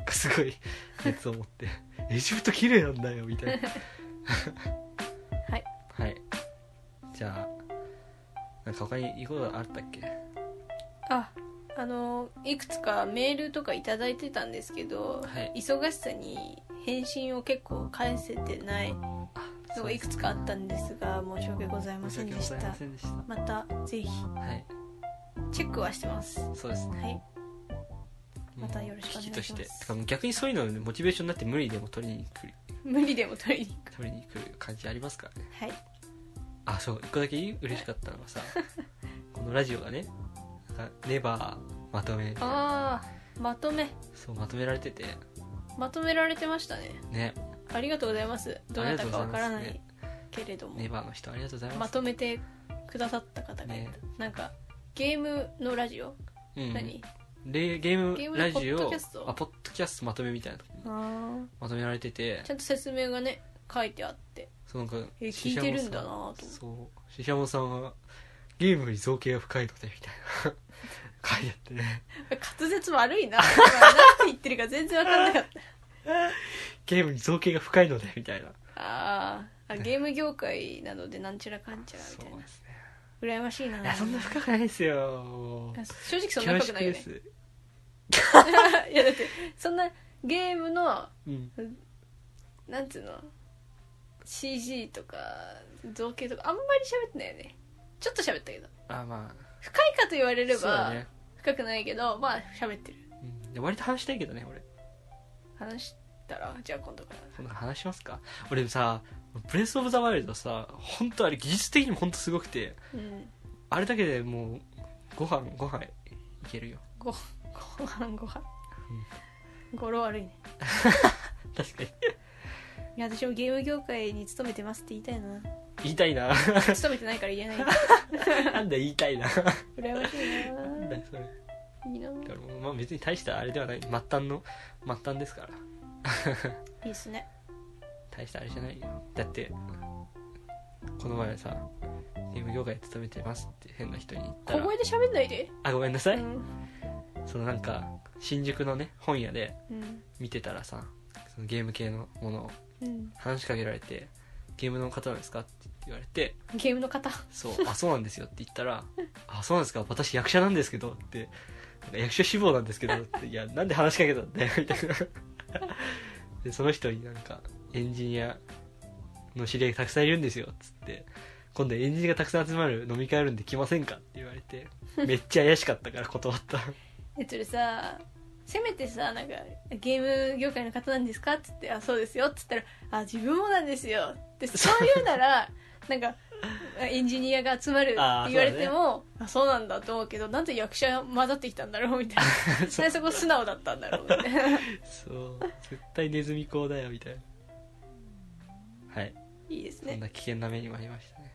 すごい熱を持ってエジプト綺麗なんだよみたいなはいはいじゃあなんか他にいいことあったっけ。 ああのいくつかメールとかいただいてたんですけど、 はい、 忙しさに返信を結構返せてないのがいくつかあったんですが、申し訳ございませんでした。またぜひ、はい、チェックはしてます。 そうですね、 はい、またよろしくお願いします。 危機としててか逆にそういうのでモチベーションになって無理でも取りに来る無理でも取りに行く取りに来る感じありますからね。 はい。 あ、そう一個だけ嬉しかったのがさこのラジオがねなんかネバーまとめあーまとめそうまとめられててまとめられてましたね。 ね、 ありがとうございます。どなたかわからない、ね、けれどもネバーの人ありがとうございます。 まとめてくださった方がいた、ね、なんかゲームのラジオ、うん、何ゲームラジオポッドキャストあポッドキャストまとめみたいなとこにまとめられててちゃんと説明がね書いてあってそうなんかえ聞いてるんだなと。 そうししゃもさんはゲームより造形が深いのでみたいな書いてあってね滑舌悪いな何て言ってるか全然分かんなかったゲームに造形が深いのでみたいなああゲーム業界なのでなんちゃらかんちゃらみたいな。そうですね羨ましいな。 いやそんな深くないですよ正直そんな深くないよねいやだってそんなゲームの、うん、なんつうの シージー とか造形とかあんまり喋ってないよね。ちょっと喋ったけどあまあ深いかと言われれば、ね、深くないけどまあ喋ってる、 うん、割と話したいけどね俺。 話したらじゃあ今度から今度話しますか。俺さブレスオブザワイルドさ本当あれ技術的にも本当すごくて、うん、あれだけでもうご飯ご飯いけるよ。 ごご飯ご飯、うん、語呂悪いね確かにいや私もゲーム業界に勤めてますって言いたいな。 言いたいな勤めてないから言えないなんだ言いたいな羨ましいな。 なんだそれいいな。 だからもう、まあ、別に大したあれではない末端の末端ですからいいっすね。 大したあれじゃないよ。だってこの前さゲーム業界勤めてますって変な人に言ったら小声で喋んないで。 あごめんなさい、うん、そのなんか新宿のね本屋で見てたらさ、そのゲーム系のものを話しかけられて、ゲームの方なんですかって言われて、 ゲームの方そうあそうなんですよって言ったらあそうなんですか私役者なんですけどって役者志望なんですけどっていやなんで話しかけたんだよみたいなでその人になんかエンジニアの知り合いがたくさんいるんですよっつって今度エンジニアがたくさん集まる飲み会あるんで来ませんかって言われてめっちゃ怪しかったから断ったえそれさせめてさなんかゲーム業界の方なんですかっつってあそうですよっつったらあ自分もなんですよってそういうならなんかエンジニアが集まるって言われても あ, そう、ね、あそうなんだと思うけどなんで役者混ざってきたんだろうみたいなそそこ素直だったんだろうみたいなそう絶対ネズミ講だよみたいな。はいいいですね。 そんな危険な目にもありましたね。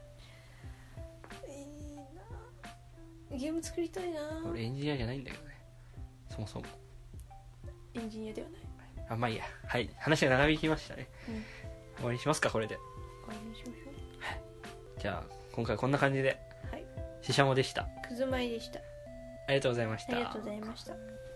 いいなゲーム作りたいな。 俺エンジニアじゃないんだけどねそもそも。 エンジニアではない。 あまあいいやはい話が長引きましたね、うん、終わりにしますかこれで。 終わりにしましょう。 じゃあ今回こんな感じで、 はい、 ししゃもでした。 くずまいでした。 ありがとうございました。 ありがとうございました。